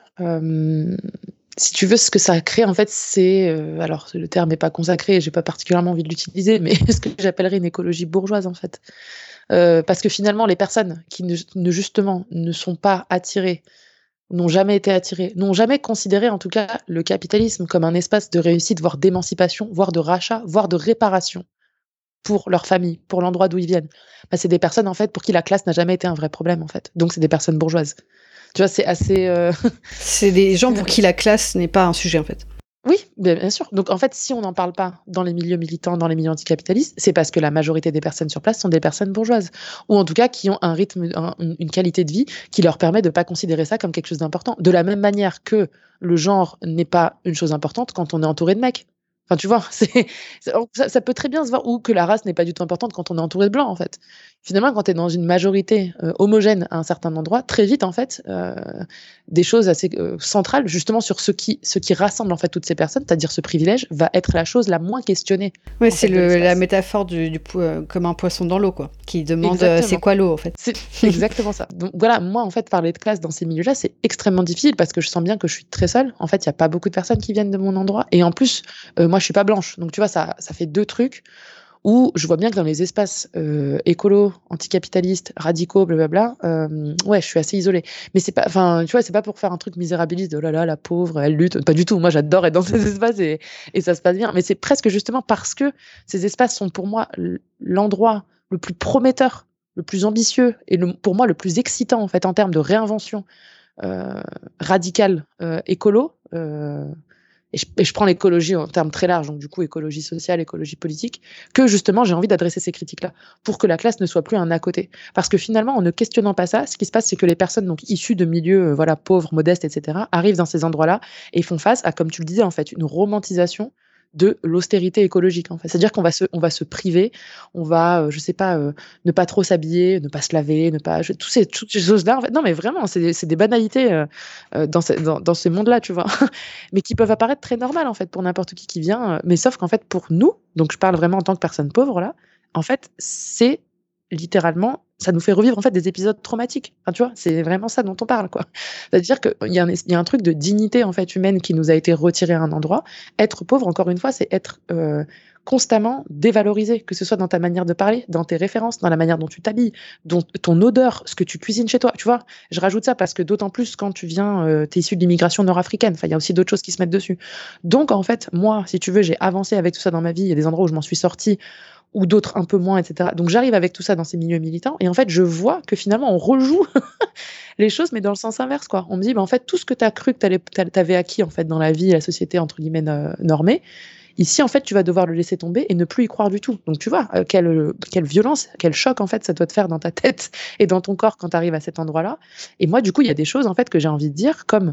si tu veux, ce que ça crée, en fait, c'est... alors, le terme n'est pas consacré, j'ai pas particulièrement envie de l'utiliser, mais ce que j'appellerais une écologie bourgeoise, en fait. Parce que finalement, les personnes qui justement ne sont pas attirées, n'ont jamais été attirées, n'ont jamais considéré en tout cas le capitalisme comme un espace de réussite, voire d'émancipation, voire de rachat, voire de réparation pour leur famille, pour l'endroit d'où ils viennent. Bah, c'est des personnes, en fait, pour qui la classe n'a jamais été un vrai problème, en fait. Donc c'est des personnes bourgeoises. Tu vois, c'est assez... C'est des gens pour qui la classe n'est pas un sujet, en fait. Oui, bien sûr. Donc en fait, si on n'en parle pas dans les milieux militants, dans les milieux anticapitalistes, c'est parce que la majorité des personnes sur place sont des personnes bourgeoises, ou en tout cas qui ont un rythme, une qualité de vie qui leur permet de ne pas considérer ça comme quelque chose d'important. De la même manière que le genre n'est pas une chose importante quand on est entouré de mecs. Enfin, tu vois, ça peut très bien se voir, ou que la race n'est pas du tout importante quand on est entouré de blancs, en fait. Finalement, quand tu es dans une majorité homogène à un certain endroit, très vite, en fait, des choses assez centrales, justement, sur ce qui rassemble, en fait, toutes ces personnes, c'est-à-dire ce privilège, va être la chose la moins questionnée. Ouais, c'est la métaphore comme un poisson dans l'eau, quoi, qui demande c'est quoi l'eau, en fait. C'est exactement ça. Donc voilà, moi, en fait, parler de classe dans ces milieux-là, c'est extrêmement difficile parce que je sens bien que je suis très seule. En fait, il n'y a pas beaucoup de personnes qui viennent de mon endroit. Et en plus, moi, je suis pas blanche. Donc, tu vois, ça fait deux trucs où je vois bien que dans les espaces écolos, anticapitalistes, radicaux, blablabla, je suis assez isolée. Mais c'est pas, enfin, tu vois, c'est pas pour faire un truc misérabiliste de oh là là, la pauvre, elle lutte. Pas du tout. Moi, j'adore être dans ces espaces et ça se passe bien. Mais c'est presque justement parce que ces espaces sont pour moi l'endroit le plus prometteur, le plus ambitieux et pour moi le plus excitant, en fait, en termes de réinvention radicale écolo. et je prends l'écologie en termes très larges, donc du coup écologie sociale, écologie politique, que justement j'ai envie d'adresser ces critiques-là, pour que la classe ne soit plus un à côté. Parce que finalement, en ne questionnant pas ça, ce qui se passe, c'est que les personnes donc issues de milieux voilà pauvres, modestes, etc., arrivent dans ces endroits-là et font face à, comme tu le disais en fait, une romantisation de l'austérité écologique en fait. C'est-à-dire on va se priver, on va, je sais pas, ne pas trop s'habiller, ne pas se laver, ne pas, toutes ces choses-là. En fait, non mais vraiment, c'est des banalités dans ces mondes-là, tu vois, mais qui peuvent apparaître très normales en fait pour n'importe qui vient. Mais sauf qu'en fait pour nous, donc je parle vraiment en tant que personne pauvre là, en fait c'est littéralement, ça nous fait revivre en fait des épisodes traumatiques. Enfin, tu vois, c'est vraiment ça dont on parle, quoi. C'est-à-dire qu'il y a un truc de dignité en fait humaine qui nous a été retiré à un endroit. Être pauvre, encore une fois, c'est être constamment dévalorisé, que ce soit dans ta manière de parler, dans tes références, dans la manière dont tu t'habilles, dont ton odeur, ce que tu cuisines chez toi. Tu vois, je rajoute ça parce que d'autant plus quand tu viens, t'es issu de l'immigration nord-africaine. Enfin, il y a aussi d'autres choses qui se mettent dessus. Donc, en fait, moi, si tu veux, j'ai avancé avec tout ça dans ma vie. Il y a des endroits où je m'en suis sortie, ou d'autres un peu moins, etc. Donc j'arrive avec tout ça dans ces milieux militants et en fait je vois que finalement on rejoue les choses mais dans le sens inverse quoi. On me dit bah en fait tout ce que tu as cru que t'avais acquis en fait dans la vie et la société entre guillemets normée, ici en fait tu vas devoir le laisser tomber et ne plus y croire du tout. Donc tu vois quelle violence, quel choc en fait ça doit te faire dans ta tête et dans ton corps quand tu arrives à cet endroit-là. Et moi du coup il y a des choses en fait que j'ai envie de dire comme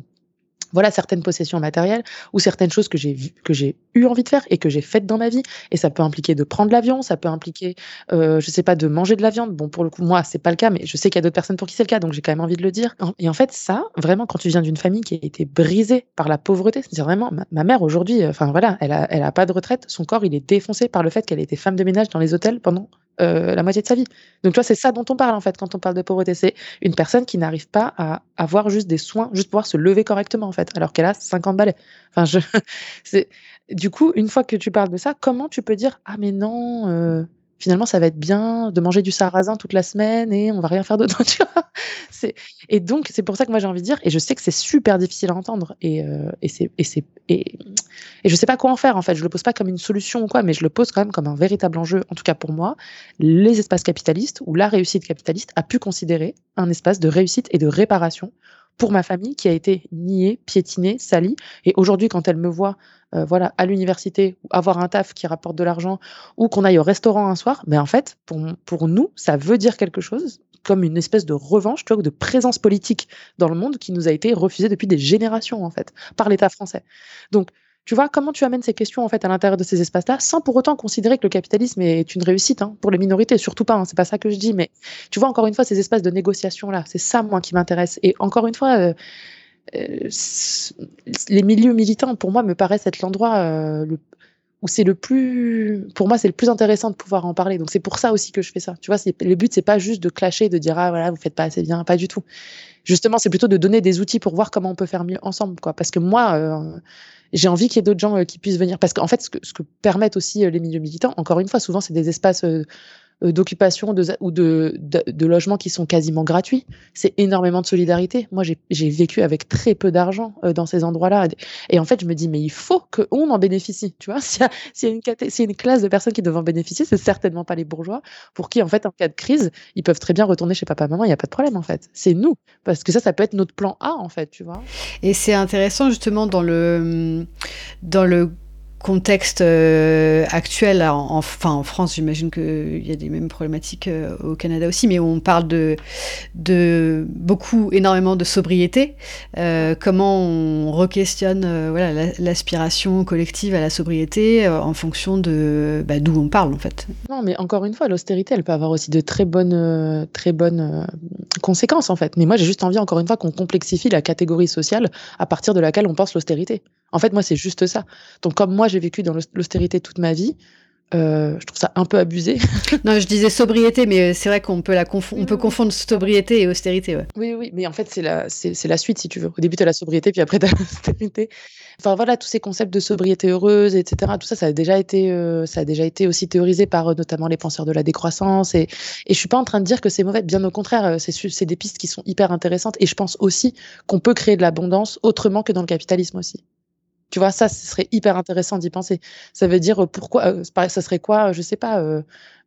voilà certaines possessions matérielles ou certaines choses que j'ai eu envie de faire et que j'ai faites dans ma vie. Et ça peut impliquer de prendre l'avion, ça peut impliquer, je sais pas, de manger de la viande. Bon, pour le coup, moi, c'est pas le cas, mais je sais qu'il y a d'autres personnes pour qui c'est le cas, donc j'ai quand même envie de le dire. Et en fait, ça, vraiment, quand tu viens d'une famille qui a été brisée par la pauvreté, c'est-à-dire vraiment, ma mère aujourd'hui, enfin voilà, elle a pas de retraite, son corps, il est défoncé par le fait qu'elle ait été femme de ménage dans les hôtels pendant la moitié de sa vie. Donc, tu vois, c'est ça dont on parle, en fait, quand on parle de pauvreté. C'est une personne qui n'arrive pas à avoir juste des soins, juste pouvoir se lever correctement, en fait, alors qu'elle a 50 balais. Enfin, c'est, du coup, une fois que tu parles de ça, comment tu peux dire, ah, mais non, finalement, ça va être bien de manger du sarrasin toute la semaine et on va rien faire d'autre, tu vois? C'est, et donc, c'est pour ça que moi, j'ai envie de dire, et je sais que c'est super difficile à entendre et je sais pas quoi en faire, en fait. Je le pose pas comme une solution ou quoi, mais je le pose quand même comme un véritable enjeu, en tout cas pour moi. Les espaces capitalistes ou la réussite capitaliste a pu considérer un espace de réussite et de réparation pour ma famille qui a été niée, piétinée, salie. Et aujourd'hui, quand elle me voit, voilà, à l'université ou avoir un taf qui rapporte de l'argent ou qu'on aille au restaurant un soir, ben en fait, pour nous, ça veut dire quelque chose comme une espèce de revanche, tu vois, de présence politique dans le monde qui nous a été refusée depuis des générations, en fait, par l'État français. Donc, tu vois, comment tu amènes ces questions en fait à l'intérieur de ces espaces-là, sans pour autant considérer que le capitalisme est une réussite hein, pour les minorités, surtout pas, hein, c'est pas ça que je dis, mais tu vois, encore une fois, ces espaces de négociation-là, c'est ça, moi, qui m'intéresse. Et encore une fois, les milieux militants, pour moi, me paraissent être l'endroit où c'est le plus, pour moi, c'est le plus intéressant de pouvoir en parler. Donc c'est pour ça aussi que je fais ça. Tu vois, le but, c'est pas juste de clasher, de dire ah voilà, vous faites pas assez bien, pas du tout. Justement, c'est plutôt de donner des outils pour voir comment on peut faire mieux ensemble, quoi. Parce que moi, j'ai envie qu'il y ait d'autres gens qui puissent venir. Parce qu'en fait, ce que permettent aussi les milieux militants, encore une fois, souvent, c'est des espaces d'occupation ou de logements qui sont quasiment gratuits. C'est énormément de solidarité. Moi, j'ai vécu avec très peu d'argent dans ces endroits-là. Et en fait, je me dis, mais il faut qu'on en bénéficie. Tu vois, s'il y a une classe de personnes qui doivent en bénéficier, c'est certainement pas les bourgeois, pour qui, en fait, en cas de crise, ils peuvent très bien retourner chez papa, maman, il n'y a pas de problème, en fait. C'est nous. Parce que ça peut être notre plan A, en fait, tu vois. Et c'est intéressant, justement, dans le contexte actuel, enfin en France, j'imagine qu'il y a des mêmes problématiques au Canada aussi, mais on parle de énormément de sobriété. Comment on re-questionne voilà, l'aspiration collective à la sobriété en fonction de d'où on parle en fait. Non, mais encore une fois, l'austérité, elle peut avoir aussi de très bonnes conséquences en fait. Mais moi, j'ai juste envie, encore une fois, qu'on complexifie la catégorie sociale à partir de laquelle on pense l'austérité. En fait, moi, c'est juste ça. Donc, comme moi, j'ai vécu dans l'austérité toute ma vie, je trouve ça un peu abusé. Non, je disais sobriété, mais c'est vrai qu'on peut on peut confondre sobriété et austérité. Ouais. Oui, mais en fait, c'est la suite, si tu veux. Au début, tu as la sobriété, puis après, tu as l'austérité. Enfin, voilà, tous ces concepts de sobriété heureuse, etc., tout ça, ça a déjà été aussi théorisé par notamment les penseurs de la décroissance. Et je suis pas en train de dire que c'est mauvais, bien au contraire, c'est des pistes qui sont hyper intéressantes. Et je pense aussi qu'on peut créer de l'abondance autrement que dans le capitalisme aussi. Tu vois, ça, ce serait hyper intéressant d'y penser. Ça veut dire pourquoi, ça serait quoi, je sais pas,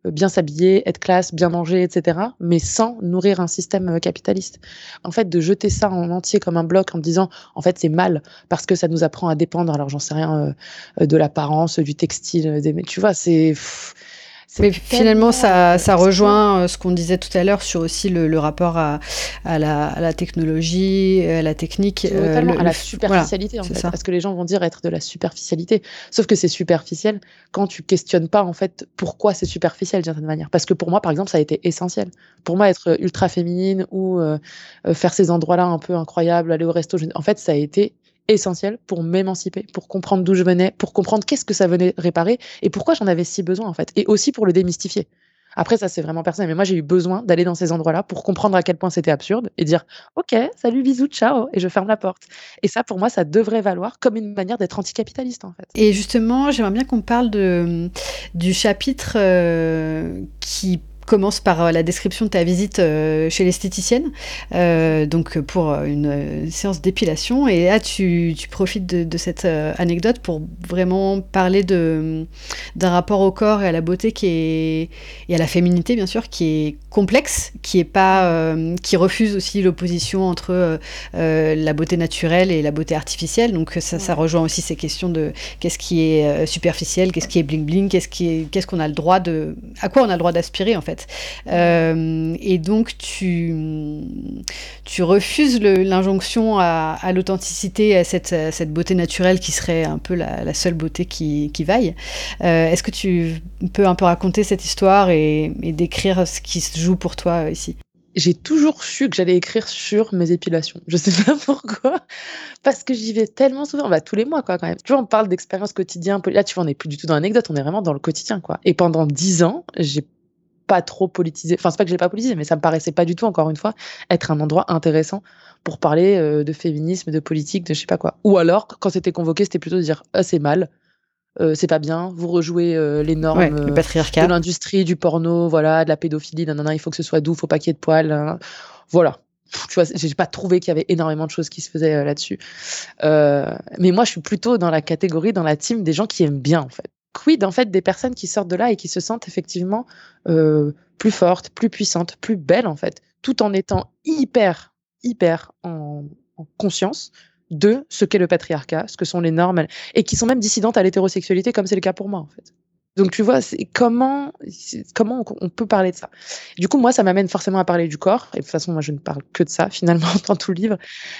bien s'habiller, être classe, bien manger, etc., mais sans nourrir un système capitaliste. En fait, de jeter ça en entier comme un bloc en me disant, en fait, c'est mal parce que ça nous apprend à dépendre, alors j'en sais rien, de l'apparence, du textile, mais tu vois, c'est Mais finalement, ça obscur. rejoint ce qu'on disait tout à l'heure sur aussi le rapport à la technologie, à la technique. Totalement, à la voilà, superficialité en c'est fait. ça. Parce que les gens vont dire être de la superficialité. Sauf que c'est superficiel quand tu questionnes pas en fait pourquoi c'est superficiel d'une certaine manière. Parce que pour moi, par exemple, ça a été essentiel. Pour moi, être ultra féminine ou faire ces endroits-là un peu incroyables, aller au resto, en fait, ça a été essentiel pour m'émanciper, pour comprendre d'où je venais, pour comprendre qu'est-ce que ça venait réparer et pourquoi j'en avais si besoin en fait. Et aussi pour le démystifier. Après, ça, c'est vraiment personnel. Mais moi, j'ai eu besoin d'aller dans ces endroits-là pour comprendre à quel point c'était absurde et dire OK, salut, bisous, ciao, et je ferme la porte. Et ça, pour moi, ça devrait valoir comme une manière d'être anticapitaliste, en fait. Et justement, j'aimerais bien qu'on parle du chapitre qui commence par la description de ta visite chez l'esthéticienne, donc pour une séance d'épilation. Et là, tu profites de cette anecdote pour vraiment parler d'un rapport au corps et à la beauté et à la féminité, bien sûr, qui est complexe, qui refuse aussi l'opposition entre la beauté naturelle et la beauté artificielle. Donc ça rejoint aussi ces questions de qu'est-ce qui est superficiel, qu'est-ce qui est bling bling, qu'est-ce qu'on a le droit à quoi on a le droit d'aspirer en fait. Et donc tu refuses l'injonction à l'authenticité, à cette beauté naturelle qui serait un peu la seule beauté qui vaille. Est-ce que tu peux un peu raconter cette histoire et décrire ce qui se joue pour toi ici? J'ai toujours su que j'allais écrire sur mes épilations. Je sais pas pourquoi, parce que j'y vais tellement souvent, tous les mois, quoi, quand même. Tu vois, on parle d'expérience quotidienne. Là, tu vois, on n'est plus du tout dans l'anecdote, on est vraiment dans le quotidien, quoi. Et pendant 10 ans, j'ai pas trop politisé. Enfin, c'est pas que j'ai pas politisé, mais ça me paraissait pas du tout, encore une fois, être un endroit intéressant pour parler de féminisme, de politique, de je sais pas quoi. Ou alors, quand c'était convoqué, c'était plutôt de dire ah, c'est mal, c'est pas bien, vous rejouez les normes Le de patriarcat. l'industrie, du porno, voilà, de la pédophilie, nanana, il faut que ce soit doux, faut pas qu'il y ait de poils. Voilà. Tu vois, j'ai pas trouvé qu'il y avait énormément de choses qui se faisaient là-dessus. Mais moi, je suis plutôt dans la catégorie, dans la team des gens qui aiment bien, en fait. Quid, en fait, des personnes qui sortent de là et qui se sentent effectivement plus fortes, plus puissantes, plus belles, en fait, tout en étant hyper, hyper en conscience de ce qu'est le patriarcat, ce que sont les normes, et qui sont même dissidentes à l'hétérosexualité, comme c'est le cas pour moi, en fait. Donc tu vois, comment on peut parler de ça? Du coup, moi, ça m'amène forcément à parler du corps, et de toute façon, moi, je ne parle que de ça, finalement, dans tout le livre,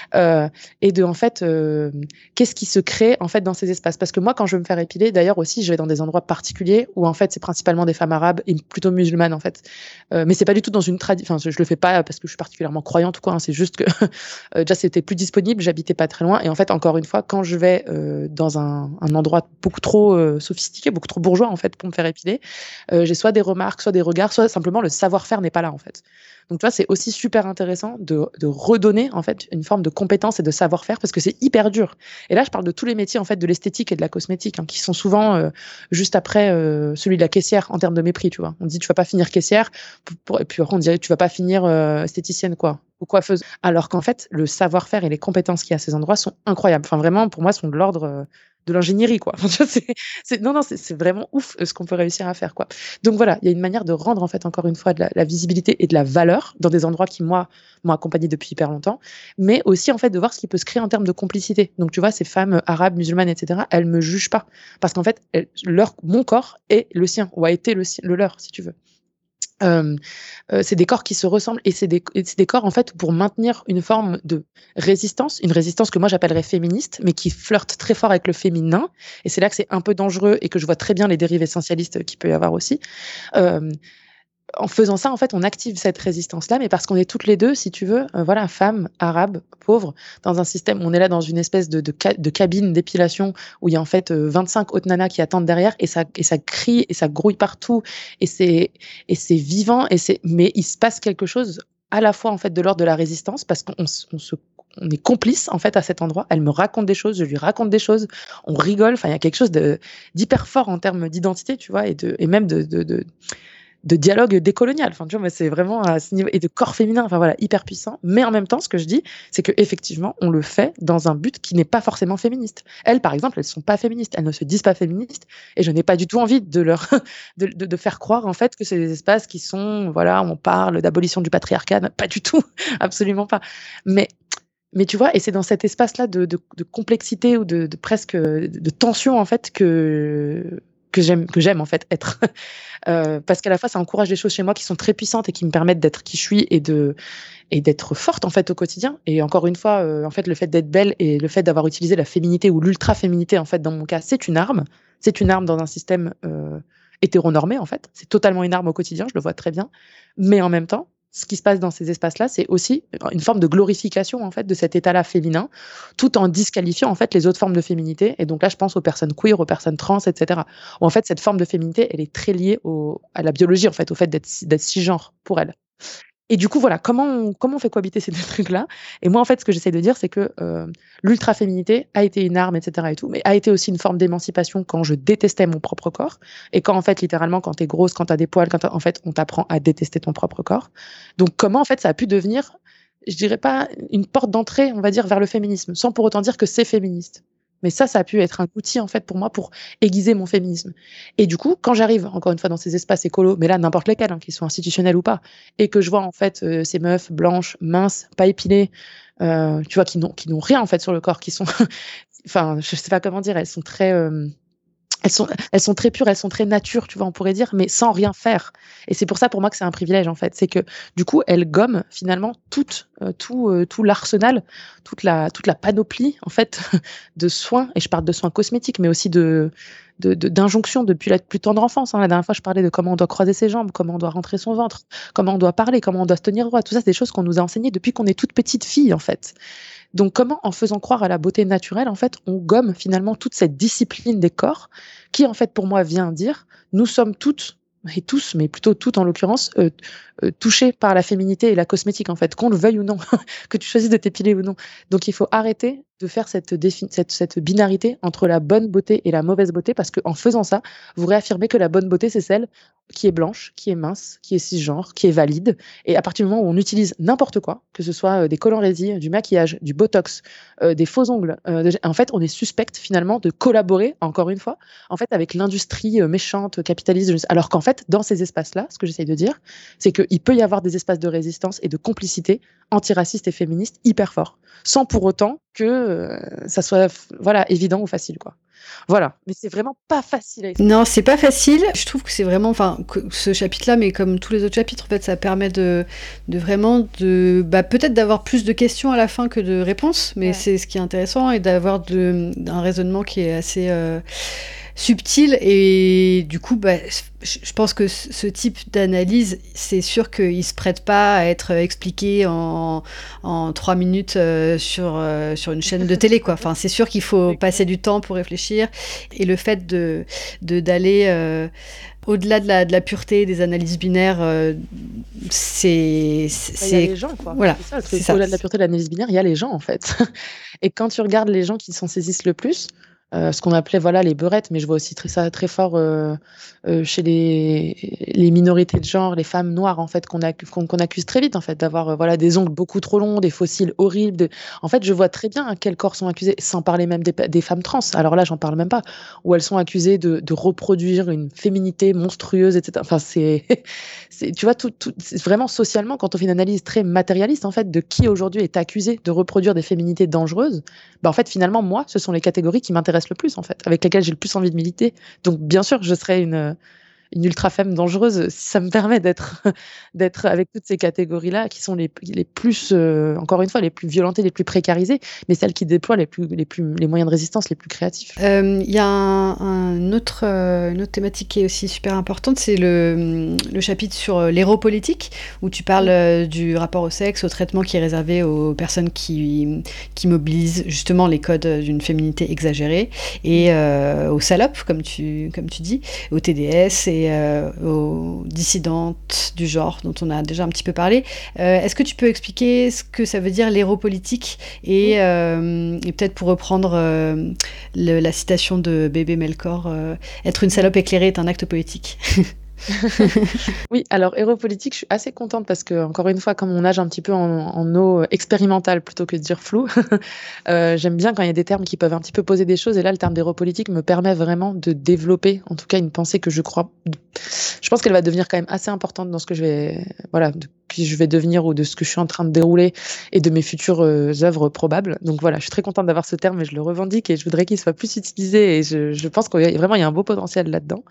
et de, en fait, qu'est-ce qui se crée, en fait, dans ces espaces? Parce que moi, quand je veux me faire épiler, d'ailleurs aussi, je vais dans des endroits particuliers où, en fait, c'est principalement des femmes arabes et plutôt musulmanes, en fait. Mais c'est pas du tout dans une tradition, enfin, je le fais pas parce que je suis particulièrement croyante ou quoi, hein, c'est juste que, déjà, c'était plus disponible, j'habitais pas très loin, et en fait, encore une fois, quand je vais dans un endroit beaucoup trop sophistiqué, beaucoup trop bourgeois, en fait, pour me faire épiler, j'ai soit des remarques, soit des regards, soit simplement le savoir-faire n'est pas là, en fait. Donc tu vois, c'est aussi super intéressant de redonner en fait une forme de compétence et de savoir-faire parce que c'est hyper dur. Et là, je parle de tous les métiers en fait de l'esthétique et de la cosmétique qui sont souvent juste après celui de la caissière en termes de mépris, tu vois. On dit tu vas pas finir caissière et puis après on dirait tu vas pas finir esthéticienne quoi ou coiffeuse. Alors qu'en fait, le savoir-faire et les compétences qu'il y a à ces endroits sont incroyables. Enfin vraiment pour moi sont de l'ordre de l'ingénierie quoi. Enfin, tu vois, c'est vraiment ouf ce qu'on peut réussir à faire quoi. Donc voilà, il y a une manière de rendre en fait encore une fois de la visibilité et de la valeur dans des endroits qui moi m'ont accompagné depuis hyper longtemps, mais aussi en fait de voir ce qui peut se créer en termes de complicité. Donc tu vois, ces femmes arabes, musulmanes, etc., elles me jugent pas parce qu'en fait mon corps est le sien ou a été le leur si tu veux. C'est des corps qui se ressemblent et c'est des corps en fait pour maintenir une forme de résistance, une résistance que moi j'appellerais féministe, mais qui flirte très fort avec le féminin. Et c'est là que c'est un peu dangereux et que je vois très bien les dérives essentialistes qu'il peut y avoir aussi. En faisant ça, en fait, on active cette résistance-là, mais parce qu'on est toutes les deux, si tu veux, voilà, femmes, arabes, pauvres, dans un système, on est là dans une espèce de cabine d'épilation où il y a en fait 25 autres nanas qui attendent derrière et ça crie et ça grouille partout et c'est vivant mais il se passe quelque chose à la fois en fait de l'ordre de la résistance parce on est complice en fait à cet endroit. Elle me raconte des choses, je lui raconte des choses, on rigole. Enfin, il y a quelque chose d'hyper fort en termes d'identité, tu vois, et même de dialogue décolonial. Enfin, tu vois, moi, c'est vraiment à ce niveau, et de corps féminin, enfin voilà, hyper puissant. Mais en même temps, ce que je dis, c'est que effectivement, on le fait dans un but qui n'est pas forcément féministe. Elles, par exemple, elles sont pas féministes, elles ne se disent pas féministes, et je n'ai pas du tout envie de leur de faire croire en fait que c'est des espaces qui sont, voilà, on parle d'abolition du patriarcat, pas du tout, absolument pas. Mais tu vois, et c'est dans cet espace-là de complexité ou de presque de tension en fait que j'aime en fait être. Parce qu'à la fois ça encourage des choses chez moi qui sont très puissantes et qui me permettent d'être qui je suis et d'être forte en fait au quotidien. Et encore une fois, en fait, le fait d'être belle et le fait d'avoir utilisé la féminité ou l'ultra-féminité en fait dans mon cas, c'est une arme. C'est une arme dans un système hétéronormé en fait. C'est totalement une arme au quotidien, je le vois très bien. Mais en même temps, ce qui se passe dans ces espaces-là, c'est aussi une forme de glorification en fait de cet état-là féminin, tout en disqualifiant en fait les autres formes de féminité. Et donc là, je pense aux personnes queer, aux personnes trans, etc. Où en fait cette forme de féminité, elle est très liée à la biologie en fait, au fait d'être cisgenre pour elle. Et du coup, voilà, comment on fait cohabiter ces deux trucs-là? Et moi, en fait, ce que j'essaie de dire, c'est que l'ultra-féminité a été une arme, etc. et tout, mais a été aussi une forme d'émancipation quand je détestais mon propre corps. Et quand, en fait, littéralement, quand t'es grosse, quand t'as des poils, en fait, on t'apprend à détester ton propre corps. Donc, comment, en fait, ça a pu devenir, je dirais pas une porte d'entrée, on va dire, vers le féminisme, sans pour autant dire que c'est féministe. Mais ça a pu être un outil, en fait, pour moi, pour aiguiser mon féminisme. Et du coup, quand j'arrive, encore une fois, dans ces espaces écolos, mais là, n'importe lesquels, hein, qu'ils soient institutionnels ou pas, et que je vois, en fait, ces meufs blanches, minces, pas épilées, tu vois, qui n'ont rien, en fait, sur le corps, qui sont, enfin, je sais pas comment dire, elles sont très, elles sont très pures, elles sont très nature, tu vois, on pourrait dire, mais sans rien faire. Et c'est pour ça, pour moi, que c'est un privilège, en fait. C'est que, du coup, elles gomment, finalement, tout l'arsenal, toute la panoplie, en fait, de soins. Et je parle de soins cosmétiques, mais aussi d'injonctions depuis la plus tendre enfance. Hein. La dernière fois, je parlais de comment on doit croiser ses jambes, comment on doit rentrer son ventre, comment on doit parler, comment on doit se tenir droit. Tout ça, c'est des choses qu'on nous a enseignées depuis qu'on est toute petite fille, en fait. Donc, comment, en faisant croire à la beauté naturelle, en fait, on gomme finalement toute cette discipline des corps qui, en fait, pour moi, vient dire, nous sommes toutes et tous, mais plutôt toutes en l'occurrence, touchés par la féminité et la cosmétique, en fait, qu'on le veuille ou non, que tu choisisses de t'épiler ou non. Donc, il faut arrêter de faire cette binarité entre la bonne beauté et la mauvaise beauté, parce qu'en faisant ça, vous réaffirmez que la bonne beauté, c'est celle qui est blanche, qui est mince, qui est cisgenre, qui est valide. Et à partir du moment où on utilise n'importe quoi, que ce soit des collants résine, du maquillage, du botox, des faux ongles, en fait, on est suspecte finalement de collaborer, encore une fois, en fait, avec l'industrie méchante, capitaliste. Alors qu'en fait, dans ces espaces-là, ce que j'essaye de dire, c'est qu'il peut y avoir des espaces de résistance et de complicité antiracistes et féministes hyper forts, sans pour autant que ça soit voilà, évident ou facile, quoi. Voilà, mais c'est vraiment pas facile à expliquer. Non, c'est pas facile. Je trouve que c'est vraiment, enfin, ce chapitre-là, mais comme tous les autres chapitres, en fait, ça permet de vraiment peut-être d'avoir plus de questions à la fin que de réponses, mais c'est ce qui est intéressant, et d'avoir un raisonnement qui est assez subtil, et du coup, je pense que ce type d'analyse, c'est sûr qu'il se prête pas à être expliqué en 3 minutes sur une chaîne de télé, quoi. Enfin, c'est sûr qu'il faut passer du temps pour réfléchir, et le fait d'aller au-delà de la pureté des analyses binaires, c'est il y a les gens, quoi. Voilà, c'est ça. Au-delà de la pureté de l'analyse binaire, il y a les gens, en fait. Et quand tu regardes les gens qui s'en saisissent le plus, ce qu'on appelait les beurettes, mais je vois aussi ça très fort chez les minorités de genre, les femmes noires, en fait, qu'on accuse très vite, en fait, d'avoir des ongles beaucoup trop longs, des fossiles horribles. En fait, je vois très bien à quel corps sont accusés, sans parler même des femmes trans. Alors là, j'en parle même pas, où elles sont accusées de reproduire une féminité monstrueuse, etc. Enfin, tu vois, c'est vraiment socialement, quand on fait une analyse très matérialiste, en fait, de qui aujourd'hui est accusé de reproduire des féminités dangereuses, en fait, finalement, moi, ce sont les catégories qui m'intéressent le plus, en fait, avec lesquelles j'ai le plus envie de militer. Donc, bien sûr, je serais une ultra femme dangereuse si ça me permet d'être avec toutes ces catégories-là qui sont les plus, encore une fois, les plus violentées, les plus précarisées, mais celles qui déploient les moyens de résistance les plus créatifs. Il y a une autre thématique qui est aussi super importante, c'est le chapitre sur l'héropolitique, où tu parles du rapport au sexe, au traitement qui est réservé aux personnes qui mobilisent justement les codes d'une féminité exagérée, et aux salopes, comme tu dis, aux TDS et aux dissidentes du genre, dont on a déjà un petit peu parlé. Est-ce que tu peux expliquer ce que ça veut dire l'héropolitique, et peut-être pour reprendre la citation de Bébé Melchor, être une salope éclairée est un acte politique. Oui, alors héros politique, je suis assez contente parce que, encore une fois, comme on nage un petit peu en eau expérimentale plutôt que de dire floue, j'aime bien quand il y a des termes qui peuvent un petit peu poser des choses. Et là, le terme d'héros politique me permet vraiment de développer, en tout cas, une pensée que je crois. Je pense qu'elle va devenir quand même assez importante dans ce que je vais, voilà, de qui je vais devenir ou de ce que je suis en train de dérouler et de mes futures œuvres probables. Donc voilà, je suis très contente d'avoir ce terme et je le revendique et je voudrais qu'il soit plus utilisé. Et je pense qu'il y a vraiment il y a un beau potentiel là-dedans.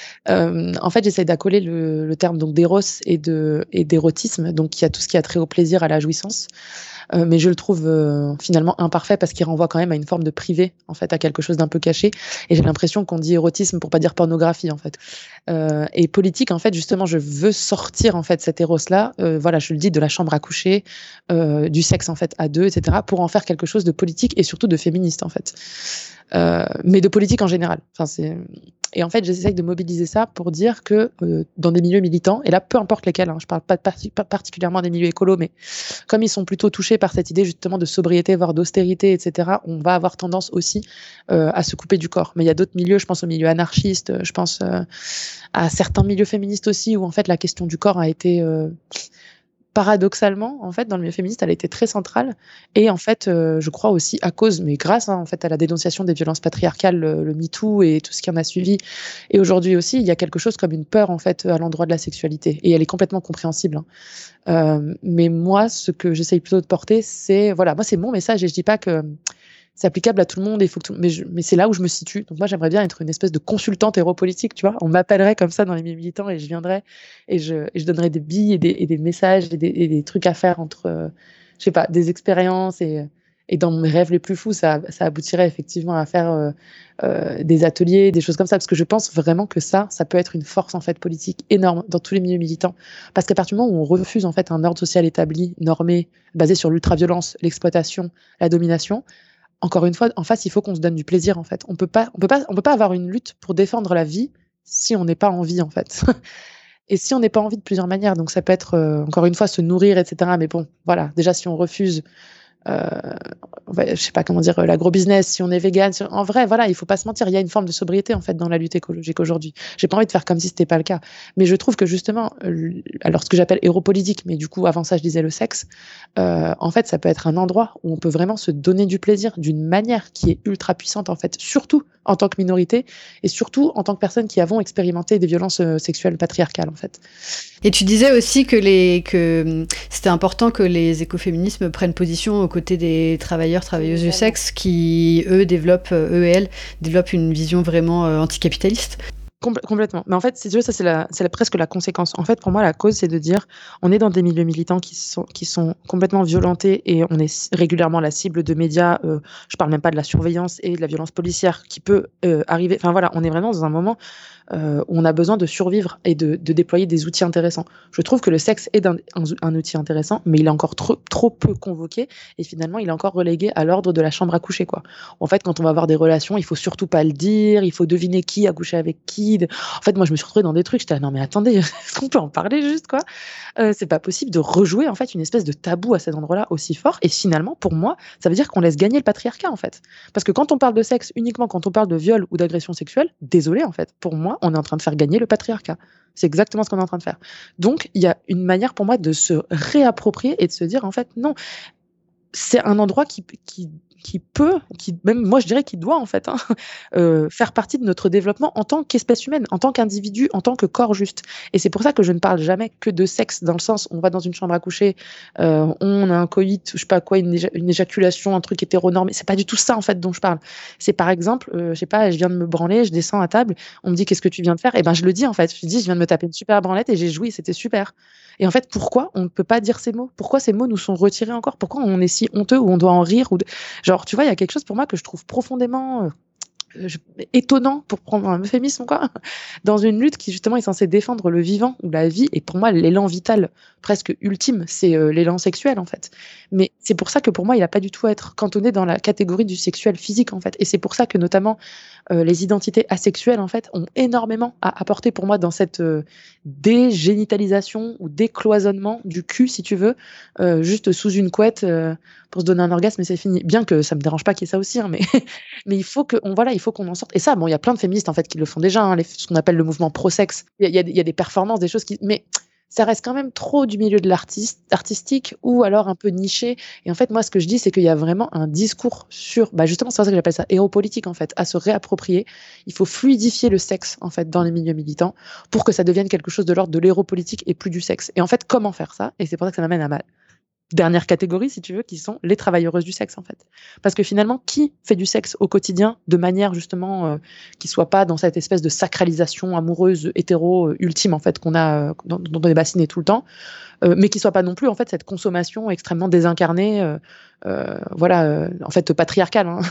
En fait, j'essaie d'accoler le terme donc d'éros et d'érotisme, donc il y a tout ce qui a trait au plaisir, à la jouissance, mais je le trouve finalement imparfait parce qu'il renvoie quand même à une forme de privé, en fait, à quelque chose d'un peu caché. Et j'ai l'impression qu'on dit érotisme pour pas dire pornographie, en fait. Et politique, en fait, justement, je veux sortir en fait cet éros-là, voilà, je le dis, de la chambre à coucher, du sexe en fait à deux, etc., pour en faire quelque chose de politique et surtout de féministe, en fait. Mais de politique en général. Enfin, et en fait, j'essaye de mobiliser ça pour dire que dans des milieux militants, et là, peu importe lesquels, hein, je parle pas particulièrement des milieux écolos, mais comme ils sont plutôt touchés par cette idée justement de sobriété, voire d'austérité, etc., on va avoir tendance aussi à se couper du corps. Mais il y a d'autres milieux, je pense aux milieux anarchistes, je pense à certains milieux féministes aussi, où en fait la question du corps a été paradoxalement, en fait, dans le milieu féministe, elle a été très centrale. Et en fait, je crois aussi à cause, mais grâce en fait à la dénonciation des violences patriarcales, le MeToo et tout ce qui en a suivi. Et aujourd'hui aussi, il y a quelque chose comme une peur en fait à l'endroit de la sexualité. Et elle est complètement compréhensible, hein. Mais moi, ce que j'essaye plutôt de porter, c'est voilà, moi c'est mon message et je dis pas que c'est applicable à tout le monde. Il faut que mais c'est là où je me situe. Donc moi, j'aimerais bien être une espèce de consultante héropolitique, tu vois. On m'appellerait comme ça dans les milieux militants et je viendrais et je donnerais des billes et des messages et des trucs à faire entre, je sais pas, des expériences et dans mes rêves les plus fous, ça aboutirait effectivement à faire des ateliers, des choses comme ça, parce que je pense vraiment que ça peut être une force en fait politique énorme dans tous les milieux militants, parce qu'à partir du moment où on refuse en fait un ordre social établi, normé, basé sur l'ultraviolence, l'exploitation, la domination, encore une fois, en face, il faut qu'on se donne du plaisir, en fait. On peut pas avoir une lutte pour défendre la vie si on n'est pas en vie, en fait. Et si on n'est pas en vie de plusieurs manières, donc ça peut être, encore une fois, se nourrir, etc. Mais bon, voilà, déjà, si on refuse euh, je sais pas comment dire, l'agrobusiness, si on est vegan, en vrai, voilà, il faut pas se mentir, il y a une forme de sobriété en fait dans la lutte écologique aujourd'hui. J'ai pas envie de faire comme si c'était pas le cas, mais je trouve que justement, alors ce que j'appelle héropolitique, mais du coup avant ça je disais le sexe, en fait ça peut être un endroit où on peut vraiment se donner du plaisir d'une manière qui est ultra puissante en fait, surtout en tant que minorité et surtout en tant que personne qui avons expérimenté des violences sexuelles patriarcales en fait. Et tu disais aussi que c'était important que les écoféminismes prennent position aux côtés des travailleurs, travailleuses du sexe qui, eux et elles, développent une vision vraiment anticapitaliste. Complètement. Mais en fait, si tu veux, ça, c'est presque la conséquence. En fait, pour moi, la cause, c'est de dire, on est dans des milieux militants qui sont complètement violentés et on est régulièrement la cible de médias. Je parle même pas de la surveillance et de la violence policière qui peut arriver. Enfin voilà, on est vraiment dans un moment où on a besoin de survivre et de déployer des outils intéressants. Je trouve que le sexe est un outil intéressant, mais il est encore trop peu convoqué et finalement, il est encore relégué à l'ordre de la chambre à coucher, quoi. En fait, quand on va avoir des relations, il faut surtout pas le dire, il faut deviner qui a couché avec qui. En fait, moi, je me suis retrouvée dans des trucs, j'étais là, non mais attendez, est-ce qu'on peut en parler juste, quoi? C'est pas possible de rejouer, en fait, une espèce de tabou à cet endroit-là aussi fort. Et finalement, pour moi, ça veut dire qu'on laisse gagner le patriarcat, en fait. Parce que quand on parle de sexe, uniquement quand on parle de viol ou d'agression sexuelle, désolé, en fait, pour moi, on est en train de faire gagner le patriarcat. C'est exactement ce qu'on est en train de faire. Donc, il y a une manière pour moi de se réapproprier et de se dire, en fait, non, c'est un endroit qui peut, même moi je dirais qu'il doit en fait, hein, faire partie de notre développement en tant qu'espèce humaine, en tant qu'individu, en tant que corps juste. Et c'est pour ça que je ne parle jamais que de sexe, dans le sens on va dans une chambre à coucher, on a un coït, je sais pas quoi, une éjaculation, un truc hétéronormé. C'est pas du tout ça en fait dont je parle. C'est par exemple, je sais pas, je viens de me branler, je descends à table, on me dit qu'est-ce que tu viens de faire, et ben je le dis en fait, je dis je viens de me taper une super branlette et j'ai joui, c'était super. Et en fait, pourquoi on ne peut pas dire ces mots? Pourquoi ces mots nous sont retirés encore? Pourquoi on est si honteux ou on doit en rire? Genre, tu vois, il y a quelque chose pour moi que je trouve profondément étonnant, pour prendre un euphémisme, quoi, dans une lutte qui justement est censée défendre le vivant ou la vie. Et pour moi, l'élan vital presque ultime, c'est l'élan sexuel, en fait. Mais c'est pour ça que pour moi, il n'a pas du tout à être cantonné dans la catégorie du sexuel physique, en fait. Et c'est pour ça que notamment les identités asexuelles, en fait, ont énormément à apporter pour moi dans cette dégénitalisation ou décloisonnement du cul, si tu veux, juste sous une couette pour se donner un orgasme et c'est fini. Bien que ça me dérange pas qu'il y ait ça aussi, hein, mais il faut il faut qu'on en sorte. Et ça, bon, il y a plein de féministes en fait qui le font déjà, hein, ce qu'on appelle le mouvement pro-sexe. Il y a des performances, des choses mais ça reste quand même trop du milieu de artistique ou alors un peu niché. Et en fait, moi, ce que je dis, c'est qu'il y a vraiment un discours sur, justement, c'est pour ça que j'appelle ça héropolitique, en fait, à se réapproprier. Il faut fluidifier le sexe, en fait, dans les milieux militants pour que ça devienne quelque chose de l'ordre de l'héropolitique et plus du sexe. Et en fait, comment faire ça? Et c'est pour ça que ça m'amène à ma dernière catégorie, si tu veux, qui sont les travailleuses du sexe, en fait. Parce que finalement, qui fait du sexe au quotidien de manière, justement, qui soit pas dans cette espèce de sacralisation amoureuse, hétéro, ultime, en fait, qu'on a, dont on est bassiné tout le temps, mais qui soit pas non plus, en fait, cette consommation extrêmement désincarnée, en fait, patriarcale, hein,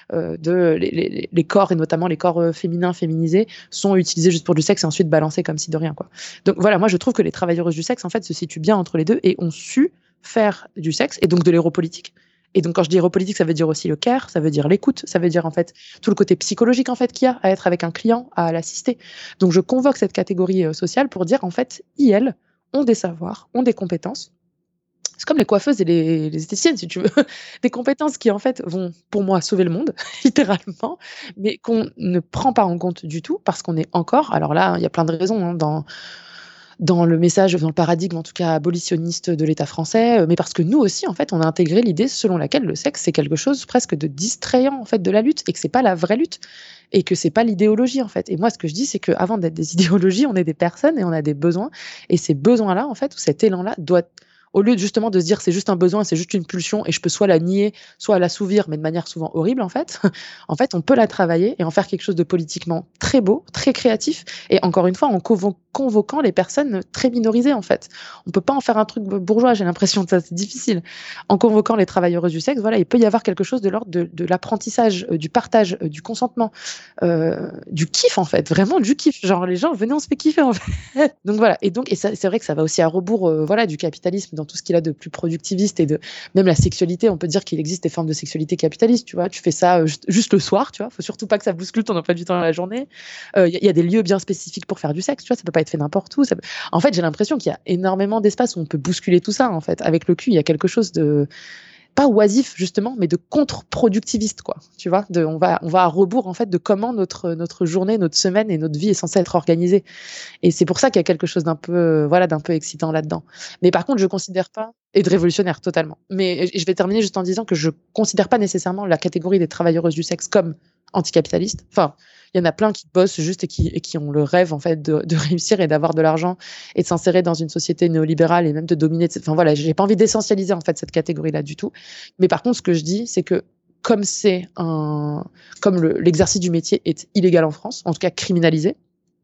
les corps, et notamment les corps féminins, féminisés, sont utilisés juste pour du sexe et ensuite balancés comme si de rien, quoi. Donc voilà, moi, je trouve que les travailleuses du sexe, en fait, se situent bien entre les deux et ont su faire du sexe et donc de l'héropolitique. Et donc quand je dis héropolitique, ça veut dire aussi le care, ça veut dire l'écoute, ça veut dire en fait tout le côté psychologique en fait qu'il y a à être avec un client, à l'assister. Donc je convoque cette catégorie sociale pour dire en fait, elles ont des savoirs, ont des compétences. C'est comme les coiffeuses et les esthéticiennes, si tu veux. Des compétences qui, en fait, vont, pour moi, sauver le monde, littéralement, mais qu'on ne prend pas en compte du tout parce qu'on est encore, alors là, il y a plein de raisons, hein, dans le message, dans le paradigme en tout cas abolitionniste de l'État français, mais parce que nous aussi, en fait, on a intégré l'idée selon laquelle le sexe, c'est quelque chose presque de distrayant, en fait, de la lutte, et que c'est pas la vraie lutte, et que c'est pas l'idéologie, en fait. Et moi, ce que je dis, c'est qu'avant d'être des idéologies, on est des personnes et on a des besoins, et ces besoins-là, en fait, ou cet élan-là, doit, au lieu justement de se dire c'est juste un besoin, c'est juste une pulsion, et je peux soit la nier, soit l'assouvir, mais de manière souvent horrible, en fait, en fait, on peut la travailler et en faire quelque chose de politiquement très beau, très créatif, et encore une fois, en convoquant les personnes très minorisées, en fait. On peut pas en faire un truc bourgeois, j'ai l'impression que ça, c'est difficile. En convoquant les travailleuses du sexe, voilà, il peut y avoir quelque chose de l'ordre de l'apprentissage, du partage, du consentement, du kiff, en fait, vraiment du kiff. Genre, les gens, venez, on se fait kiffer, en fait. Donc voilà. Et ça, c'est vrai que ça va aussi à rebours, voilà, du capitalisme dans tout ce qu'il a de plus productiviste et de même la sexualité. On peut dire qu'il existe des formes de sexualité capitaliste, tu vois. Tu fais ça juste le soir, tu vois. Faut surtout pas que ça bouscule ton emploi du temps dans la journée. Y a des lieux bien spécifiques pour faire du sexe, tu vois. Ça peut pas être fait n'importe où. En fait, j'ai l'impression qu'il y a énormément d'espace où on peut bousculer tout ça, en fait. Avec le cul, il y a quelque chose de pas oisif justement, mais de contre-productiviste, quoi. Tu vois, on va à rebours en fait de comment notre journée, notre semaine et notre vie est censée être organisée. Et c'est pour ça qu'il y a quelque chose d'un peu d'un peu excitant là-dedans. Mais par contre, je considère pas, et de révolutionnaire totalement. Mais je vais terminer juste en disant que je considère pas nécessairement la catégorie des travailleuses du sexe comme anticapitaliste. Enfin, il y en a plein qui bossent juste et qui ont le rêve en fait de réussir et d'avoir de l'argent et de s'insérer dans une société néolibérale et même de dominer. Enfin voilà, j'ai pas envie d'essentialiser en fait cette catégorie-là du tout. Mais par contre, ce que je dis, c'est que comme l'exercice du métier est illégal en France, en tout cas criminalisé,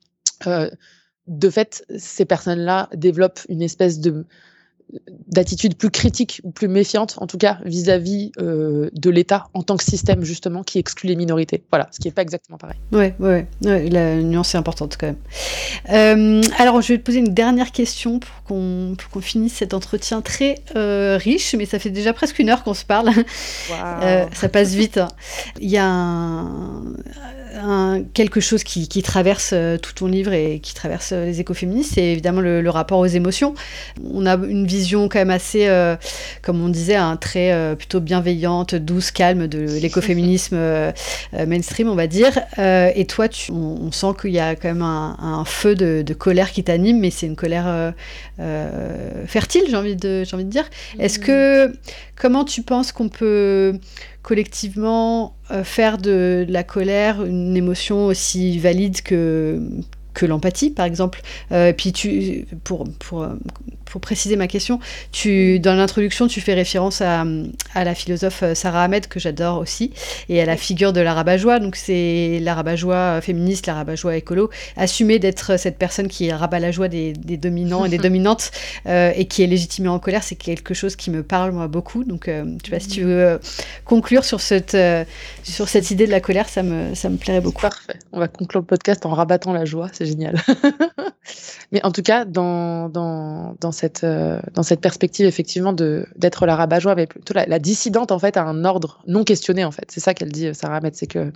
de fait, ces personnes-là développent une espèce d'attitude plus critique ou plus méfiante, en tout cas vis-à-vis de l'État en tant que système justement qui exclut les minorités. Voilà, ce qui n'est pas exactement pareil. Ouais, la nuance est importante quand même. Alors, je vais te poser une dernière question pour qu'on finisse cet entretien très riche, mais ça fait déjà presque 1 heure qu'on se parle. Wow. Ça passe vite. Hein. Il y a quelque chose qui traverse tout ton livre et qui traverse les écoféministes, c'est évidemment le rapport aux émotions. On a une vision quand même assez, comme on disait, très plutôt bienveillante, douce, calme de l'écoféminisme mainstream, on va dire. Et toi, on sent qu'il y a quand même un feu de colère qui t'anime, mais c'est une colère fertile, j'ai envie de dire. Comment tu penses qu'on peut collectivement faire de la colère une émotion aussi valide que l'empathie, par exemple. Puis pour préciser ma question, dans l'introduction, tu fais référence à la philosophe Sarah Ahmed, que j'adore aussi, et à la figure de la rabat-joie. Donc c'est la rabat-joie féministe, la rabat-joie écolo, assumer d'être cette personne qui rabat la joie des dominants et des dominantes, et qui est légitimée en colère, c'est quelque chose qui me parle, moi, beaucoup. Donc, tu vois, si tu veux conclure sur cette idée de la colère, ça me plairait beaucoup. Parfait. On va conclure le podcast en rabattant la joie, c'est génial. Mais en tout cas, dans cette perspective, effectivement, d'être la rabat-joie, mais plutôt la dissidente, en fait, à un ordre non questionné, en fait. C'est ça qu'elle dit, Sarah Ahmed, c'est que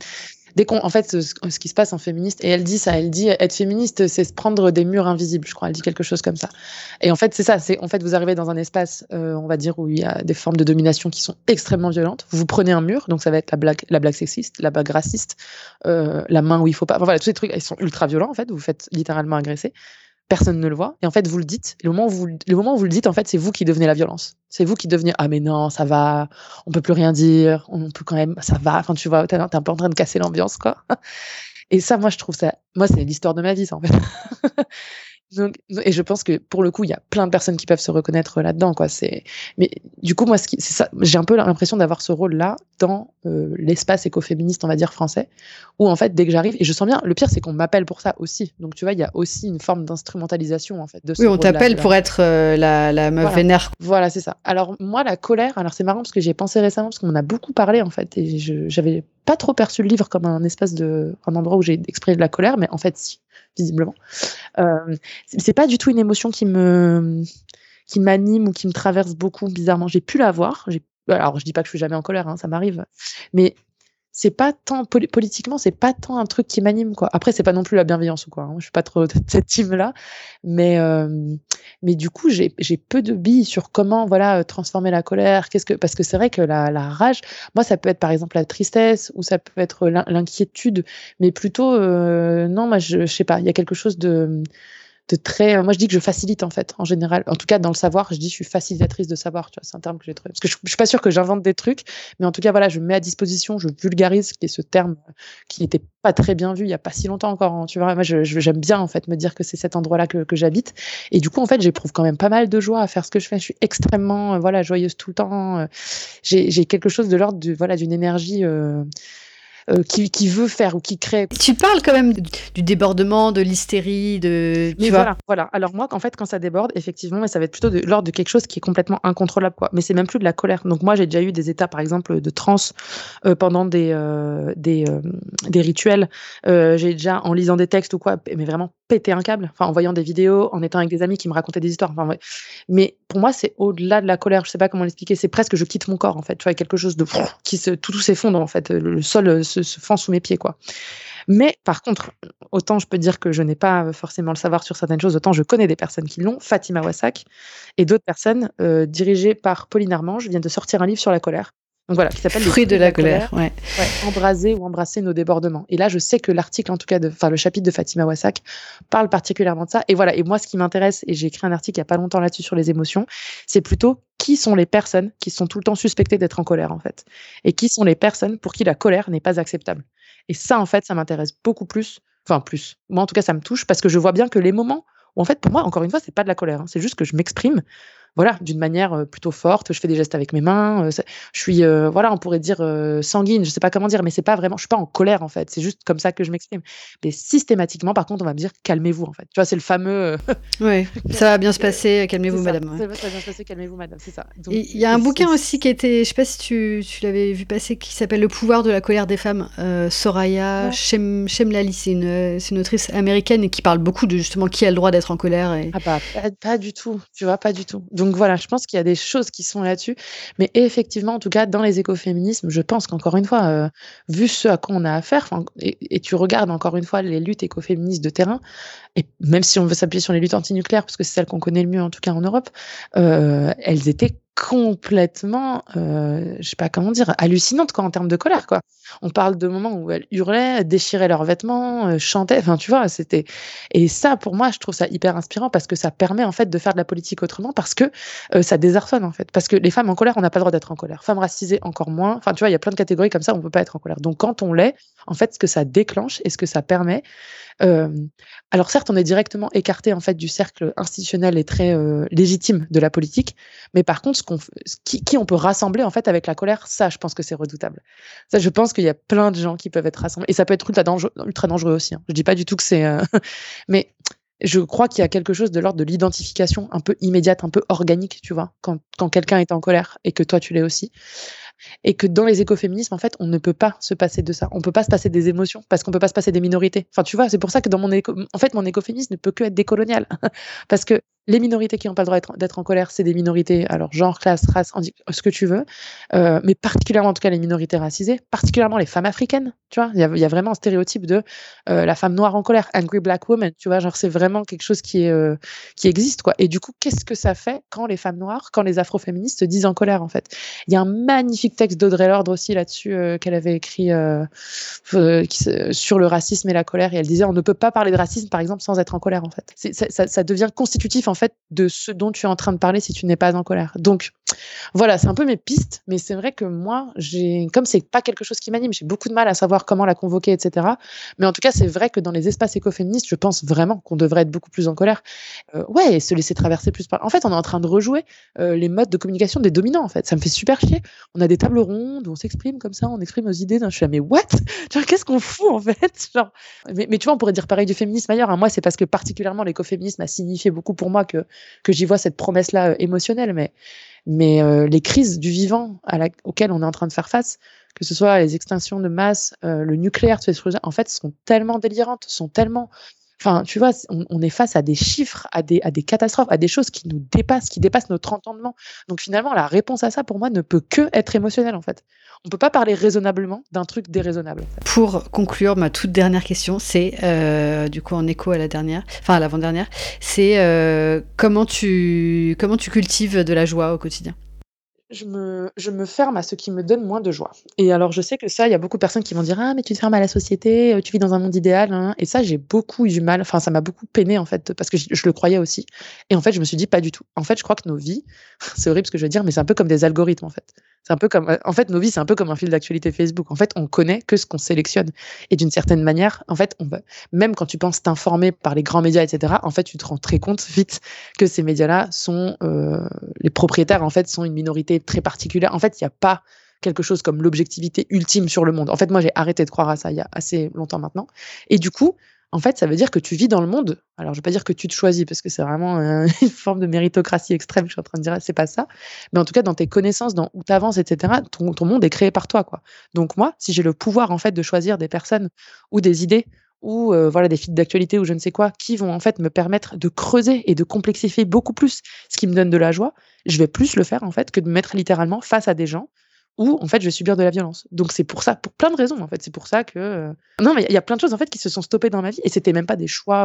En fait, ce qui se passe en féministe, et elle dit ça, elle dit être féministe, c'est se prendre des murs invisibles, je crois, elle dit quelque chose comme ça. Et en fait, c'est ça, en fait, vous arrivez dans un espace, on va dire, où il y a des formes de domination qui sont extrêmement violentes. Vous prenez un mur, donc ça va être la blague sexiste, la blague raciste, la main où il faut pas. Enfin, voilà, tous ces trucs, ils sont ultra violents, en fait, vous vous faites littéralement agresser. Personne ne le voit. Et en fait, vous le dites. Et le moment où vous le dites, en fait, c'est vous qui devenez la violence. C'est vous qui devenez, ah, mais non, ça va, on peut plus rien dire, on peut quand même, ça va. Enfin, tu vois, t'es un peu en train de casser l'ambiance, quoi. Et ça, moi, je trouve ça, moi, c'est l'histoire de ma vie, ça, en fait. Donc, et je pense que pour le coup, il y a plein de personnes qui peuvent se reconnaître là-dedans, quoi. Mais du coup, moi, c'est ça, j'ai un peu l'impression d'avoir ce rôle-là dans l'espace écoféministe, on va dire français, où en fait, dès que j'arrive, et je sens bien, le pire, c'est qu'on m'appelle pour ça aussi. Donc, tu vois, il y a aussi une forme d'instrumentalisation, en fait, de ce Oui, on rôle-là, t'appelle tu vois. pour être la meuf Voilà. vénère. Voilà, c'est ça. Alors, moi, la colère, alors c'est marrant parce que j'y ai pensé récemment, parce qu'on m'en a beaucoup parlé, en fait, et j'avais pas trop perçu le livre comme un endroit où j'ai exprimé de la colère, mais en fait, si, visiblement. C'est pas du tout une émotion qui m'anime ou qui me traverse beaucoup, bizarrement. J'ai pu l'avoir. Alors, je dis pas que je suis jamais en colère, hein, ça m'arrive. Mais c'est pas tant, politiquement, c'est pas tant un truc qui m'anime, quoi. Après, c'est pas non plus la bienveillance ou quoi, hein. Je suis pas trop de cette team-là. Mais du coup, j'ai peu de billes sur comment, voilà, transformer la colère. Parce que c'est vrai que la rage, moi, ça peut être par exemple la tristesse ou ça peut être l'inquiétude, mais plutôt, non, moi, je sais pas, il y a quelque chose de très. Moi, je dis que je facilite, en fait, en général. En tout cas, dans le savoir, je dis je suis facilitatrice de savoir, tu vois, c'est un terme que j'ai trouvé. Parce que je suis pas sûre que j'invente des trucs, mais en tout cas, voilà, je mets à disposition, je vulgarise, qui est ce terme qui n'était pas très bien vu il y a pas si longtemps encore, hein, tu vois. Moi, j'aime bien, en fait, me dire que c'est cet endroit-là que j'habite. Et du coup, en fait, j'éprouve quand même pas mal de joie à faire ce que je fais. Je suis extrêmement, voilà, joyeuse tout le temps. J'ai quelque chose de l'ordre voilà, d'une énergie. Qui veut faire ou qui crée. Tu parles quand même du débordement, de l'hystérie, tu Mais vois. voilà. Alors moi, en fait, quand ça déborde, effectivement, mais ça va être plutôt de l'ordre de quelque chose qui est complètement incontrôlable, quoi. Mais c'est même plus de la colère. Donc moi, j'ai déjà eu des états, par exemple, de transe pendant des rituels. J'ai déjà, en lisant des textes ou quoi, mais vraiment pété un câble. Enfin, en voyant des vidéos, en étant avec des amis qui me racontaient des histoires. Enfin, ouais. Mais pour moi, c'est au-delà de la colère. Je sais pas comment l'expliquer. C'est presque, je quitte mon corps, en fait. Tu vois, quelque chose de tout s'effondre, en fait. Le sol se fend sous mes pieds, quoi. Mais par contre, autant je peux dire que je n'ai pas forcément le savoir sur certaines choses, autant je connais des personnes qui l'ont, Fatima Wassak, et d'autres personnes dirigées par Pauline Armange viennent de sortir un livre sur la colère. Donc voilà, qui s'appelle Fruit de la colère, ouais. Embraser ou embrasser nos débordements. Et là, je sais que l'article, en tout cas, le chapitre de Fatima Wassak parle particulièrement de ça. Et voilà, et moi, ce qui m'intéresse, et j'ai écrit un article il y a pas longtemps là-dessus sur les émotions, c'est plutôt qui sont les personnes qui sont tout le temps suspectées d'être en colère, en fait. Et qui sont les personnes pour qui la colère n'est pas acceptable. Et ça, en fait, ça m'intéresse beaucoup plus. Enfin, plus. Moi, en tout cas, ça me touche parce que je vois bien que les moments où, en fait, pour moi, encore une fois, c'est pas de la colère, hein. C'est juste que je m'exprime, voilà, d'une manière plutôt forte. Je fais des gestes avec mes mains. Je suis, voilà, on pourrait dire sanguine. Je sais pas comment dire, mais c'est pas vraiment. Je suis pas en colère, en fait. C'est juste comme ça que je m'exprime. Mais systématiquement, par contre, on va me dire calmez-vous, en fait. Tu vois, c'est le fameux. Oui, ça va bien se passer. Calmez-vous, madame. Ça va bien se passer. Calmez-vous, madame. C'est ça. Donc, il y a un bouquin aussi qui était, je sais pas si tu l'avais vu passer, qui s'appelle Le pouvoir de la colère des femmes. Soraya Chemlali, c'est une autrice américaine et qui parle beaucoup de justement qui a le droit d'être en colère. Et... Ah bah, pas du tout. Tu vois, pas du tout. Donc voilà, je pense qu'il y a des choses qui sont là-dessus. Mais effectivement, en tout cas, dans les écoféminismes, je pense qu'encore une fois, vu ce à quoi on a affaire, et tu regardes encore une fois les luttes écoféministes de terrain, et même si on veut s'appuyer sur les luttes antinucléaires, parce que c'est celles qu'on connaît le mieux, en tout cas en Europe, elles étaient complètement, je sais pas comment dire, hallucinantes, quoi, en termes de colère, quoi. On parle de moments où elles hurlaient, déchiraient leurs vêtements, chantaient, enfin, tu vois, c'était... Et ça, pour moi, je trouve ça hyper inspirant parce que ça permet, en fait, de faire de la politique autrement, parce que ça désarçonne, en fait. Parce que les femmes en colère, on n'a pas le droit d'être en colère. Femmes racisées, encore moins. Enfin, tu vois, il y a plein de catégories comme ça, on peut pas être en colère. Donc, quand on l'est, en fait, ce que ça déclenche et ce que ça permet, alors certes, on est directement écarté, en fait, du cercle institutionnel et très légitime de la politique, mais par contre, qui on peut rassembler, en fait, avec la colère, ça, je pense que c'est redoutable. Ça, je pense qu'il y a plein de gens qui peuvent être rassemblés, et ça peut être ultra dangereux aussi, hein. Je dis pas du tout que c'est... mais je crois qu'il y a quelque chose de l'ordre de l'identification un peu immédiate, un peu organique, tu vois, quand quelqu'un est en colère et que toi, tu l'es aussi. Et que dans les écoféminismes, en fait, on ne peut pas se passer de ça. On peut pas se passer des émotions parce qu'on peut pas se passer des minorités. Enfin, tu vois, c'est pour ça que dans mon écoféminisme ne peut que être décolonial. Parce que les minorités qui n'ont pas le droit d'être en colère, c'est des minorités, alors genre, classe, race, ce que tu veux, mais particulièrement, en tout cas, les minorités racisées, particulièrement les femmes africaines, tu vois. Il y a vraiment un stéréotype de la femme noire en colère, angry black woman, tu vois, genre, c'est vraiment quelque chose qui existe, quoi. Et du coup, qu'est-ce que ça fait quand les femmes noires, quand les afroféministes se disent en colère, en fait? Il y a un magnifique texte d'Audre Lorde aussi là-dessus, qu'elle avait écrit sur le racisme et la colère, et elle disait, on ne peut pas parler de racisme, par exemple, sans être en colère, en fait. Ça devient constitutif, en fait, de ce dont tu es en train de parler si tu n'es pas en colère. Donc, voilà, c'est un peu mes pistes, mais c'est vrai que moi, comme c'est pas quelque chose qui m'anime, j'ai beaucoup de mal à savoir comment la convoquer, etc. Mais en tout cas, c'est vrai que dans les espaces écoféministes, je pense vraiment qu'on devrait être beaucoup plus en colère. Ouais, et se laisser traverser plus par... En fait, on est en train de rejouer les modes de communication des dominants, en fait. Ça me fait super chier. On a des tables rondes où on s'exprime comme ça, on exprime nos idées. Je suis là, mais what? Genre, qu'est-ce qu'on fout, en fait? Genre... mais tu vois, on pourrait dire pareil du féminisme ailleurs. Hein. Moi, c'est parce que particulièrement l'écoféminisme a signifié beaucoup pour moi que j'y vois cette promesse-là émotionnelle. Mais les crises du vivant auxquelles on est en train de faire face, que ce soit les extinctions de masse, le nucléaire, toutes ces choses, en fait, sont tellement délirantes, sont tellement... Enfin, tu vois, on est face à des chiffres, à des catastrophes, à des choses qui nous dépassent, qui dépassent notre entendement. Donc finalement, la réponse à ça, pour moi, ne peut que être émotionnelle, en fait. On peut pas parler raisonnablement d'un truc déraisonnable. En fait. Pour conclure, ma toute dernière question, c'est, du coup en écho à à l'avant-dernière, c'est comment tu cultives de la joie au quotidien? Je me ferme à ce qui me donne moins de joie. Et alors, je sais que ça, il y a beaucoup de personnes qui vont dire: «Ah, mais tu te fermes à la société, tu vis dans un monde idéal, hein». Et ça, j'ai beaucoup eu du mal. Enfin, ça m'a beaucoup peiné en fait, parce que je le croyais aussi. Et en fait, je me suis dit: «Pas du tout». En fait, je crois que nos vies, c'est horrible ce que je veux dire, mais c'est un peu comme des algorithmes, en fait. C'est un peu comme, en fait, nos vies, c'est un peu comme un fil d'actualité Facebook. En fait, on connaît que ce qu'on sélectionne. Et d'une certaine manière, en fait, même quand tu penses t'informer par les grands médias, et cetera, en fait, tu te rends très compte vite que ces médias-là sont, les propriétaires, en fait, sont une minorité très particulière. En fait, il y a pas quelque chose comme l'objectivité ultime sur le monde. En fait, moi, j'ai arrêté de croire à ça il y a assez longtemps maintenant. Et du coup, en fait, ça veut dire que tu vis dans le monde. Alors, je vais pas dire que tu te choisis parce que c'est vraiment une forme de méritocratie extrême. Je suis en train de dire, c'est pas ça. Mais en tout cas, dans tes connaissances, dans où tu avances, etc., ton monde est créé par toi, quoi. Donc moi, si j'ai le pouvoir, en fait, de choisir des personnes ou des idées ou voilà, des fils d'actualité ou je ne sais quoi, qui vont en fait me permettre de creuser et de complexifier beaucoup plus ce qui me donne de la joie, je vais plus le faire en fait que de me mettre littéralement face à des gens où en fait je vais subir de la violence. Donc c'est pour ça, pour plein de raisons en fait, c'est pour ça que non mais il y a plein de choses en fait qui se sont stoppées dans ma vie et c'était même pas des choix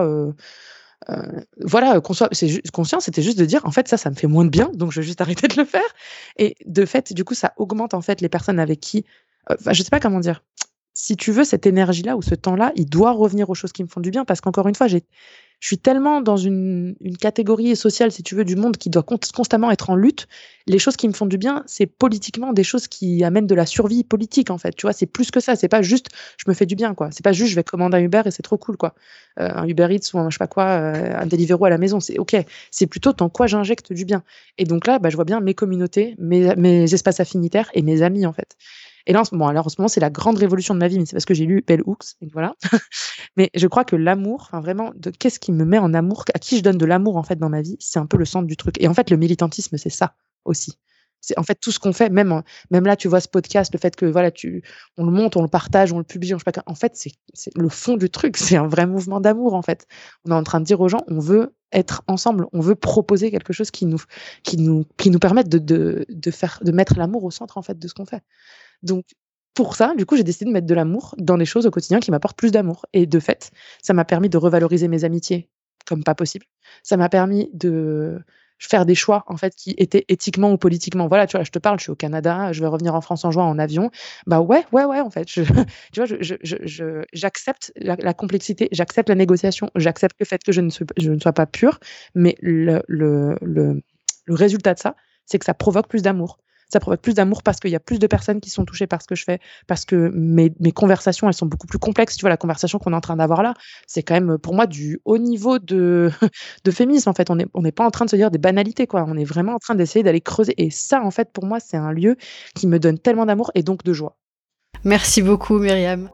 voilà, conscient, c'était juste de dire en fait ça me fait moins de bien, donc je vais juste arrêter de le faire. Et de fait, du coup, ça augmente en fait les personnes avec qui je sais pas comment dire. Si tu veux, cette énergie-là ou ce temps-là, il doit revenir aux choses qui me font du bien parce qu'encore une fois, je suis tellement dans une catégorie sociale, si tu veux, du monde qui doit constamment être en lutte. Les choses qui me font du bien, c'est politiquement des choses qui amènent de la survie politique, en fait. Tu vois, c'est plus que ça. C'est pas juste, je me fais du bien, quoi. C'est pas juste, je vais commander un Uber et c'est trop cool, quoi. Un Uber Eats ou un, je sais pas quoi, un Deliveroo à la maison, c'est OK. C'est plutôt dans quoi j'injecte du bien. Et donc là, je vois bien mes communautés, mes espaces affinitaires et mes amis, en fait. Et là, en ce moment, c'est la grande révolution de ma vie, mais c'est parce que j'ai lu Bell Hooks, et voilà. Mais je crois que l'amour, enfin vraiment, qu'est-ce qui me met en amour, à qui je donne de l'amour en fait dans ma vie, c'est un peu le centre du truc. Et en fait, le militantisme, c'est ça aussi. C'est en fait tout ce qu'on fait, même là, tu vois ce podcast, le fait que voilà, on le monte, on le partage, on le publie, on sait pas quoi. En fait, c'est le fond du truc. C'est un vrai mouvement d'amour en fait. On est en train de dire aux gens, on veut être ensemble, on veut proposer quelque chose qui nous permette de mettre l'amour au centre en fait de ce qu'on fait. Donc, pour ça, du coup, j'ai décidé de mettre de l'amour dans les choses au quotidien qui m'apportent plus d'amour. Et de fait, ça m'a permis de revaloriser mes amitiés comme pas possible. Ça m'a permis de faire des choix, en fait, qui étaient éthiquement ou politiquement. Voilà, tu vois, je te parle, je suis au Canada, je vais revenir en France en juin en avion. Bah ouais, en fait. Tu vois, j'accepte la complexité, j'accepte la négociation, j'accepte le fait que je ne sois pas pure, mais le résultat de ça, c'est que ça provoque plus d'amour. Ça provoque plus d'amour parce qu'il y a plus de personnes qui sont touchées par ce que je fais, parce que mes conversations, elles sont beaucoup plus complexes. Tu vois, la conversation qu'on est en train d'avoir là, c'est quand même pour moi du haut niveau de féminisme. En fait, on n'est pas en train de se dire des banalités, quoi. On est vraiment en train d'essayer d'aller creuser. Et ça, en fait, pour moi, c'est un lieu qui me donne tellement d'amour et donc de joie. Merci beaucoup, Myriam.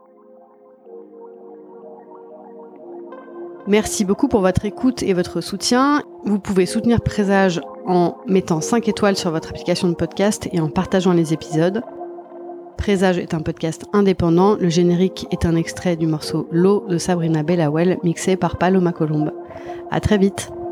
Merci beaucoup pour votre écoute et votre soutien. Vous pouvez soutenir Présage en mettant 5 étoiles sur votre application de podcast et en partageant les épisodes. Présage est un podcast indépendant. Le générique est un extrait du morceau L'eau de Sabrina Bellawell, mixé par Paloma Colombe. À très vite.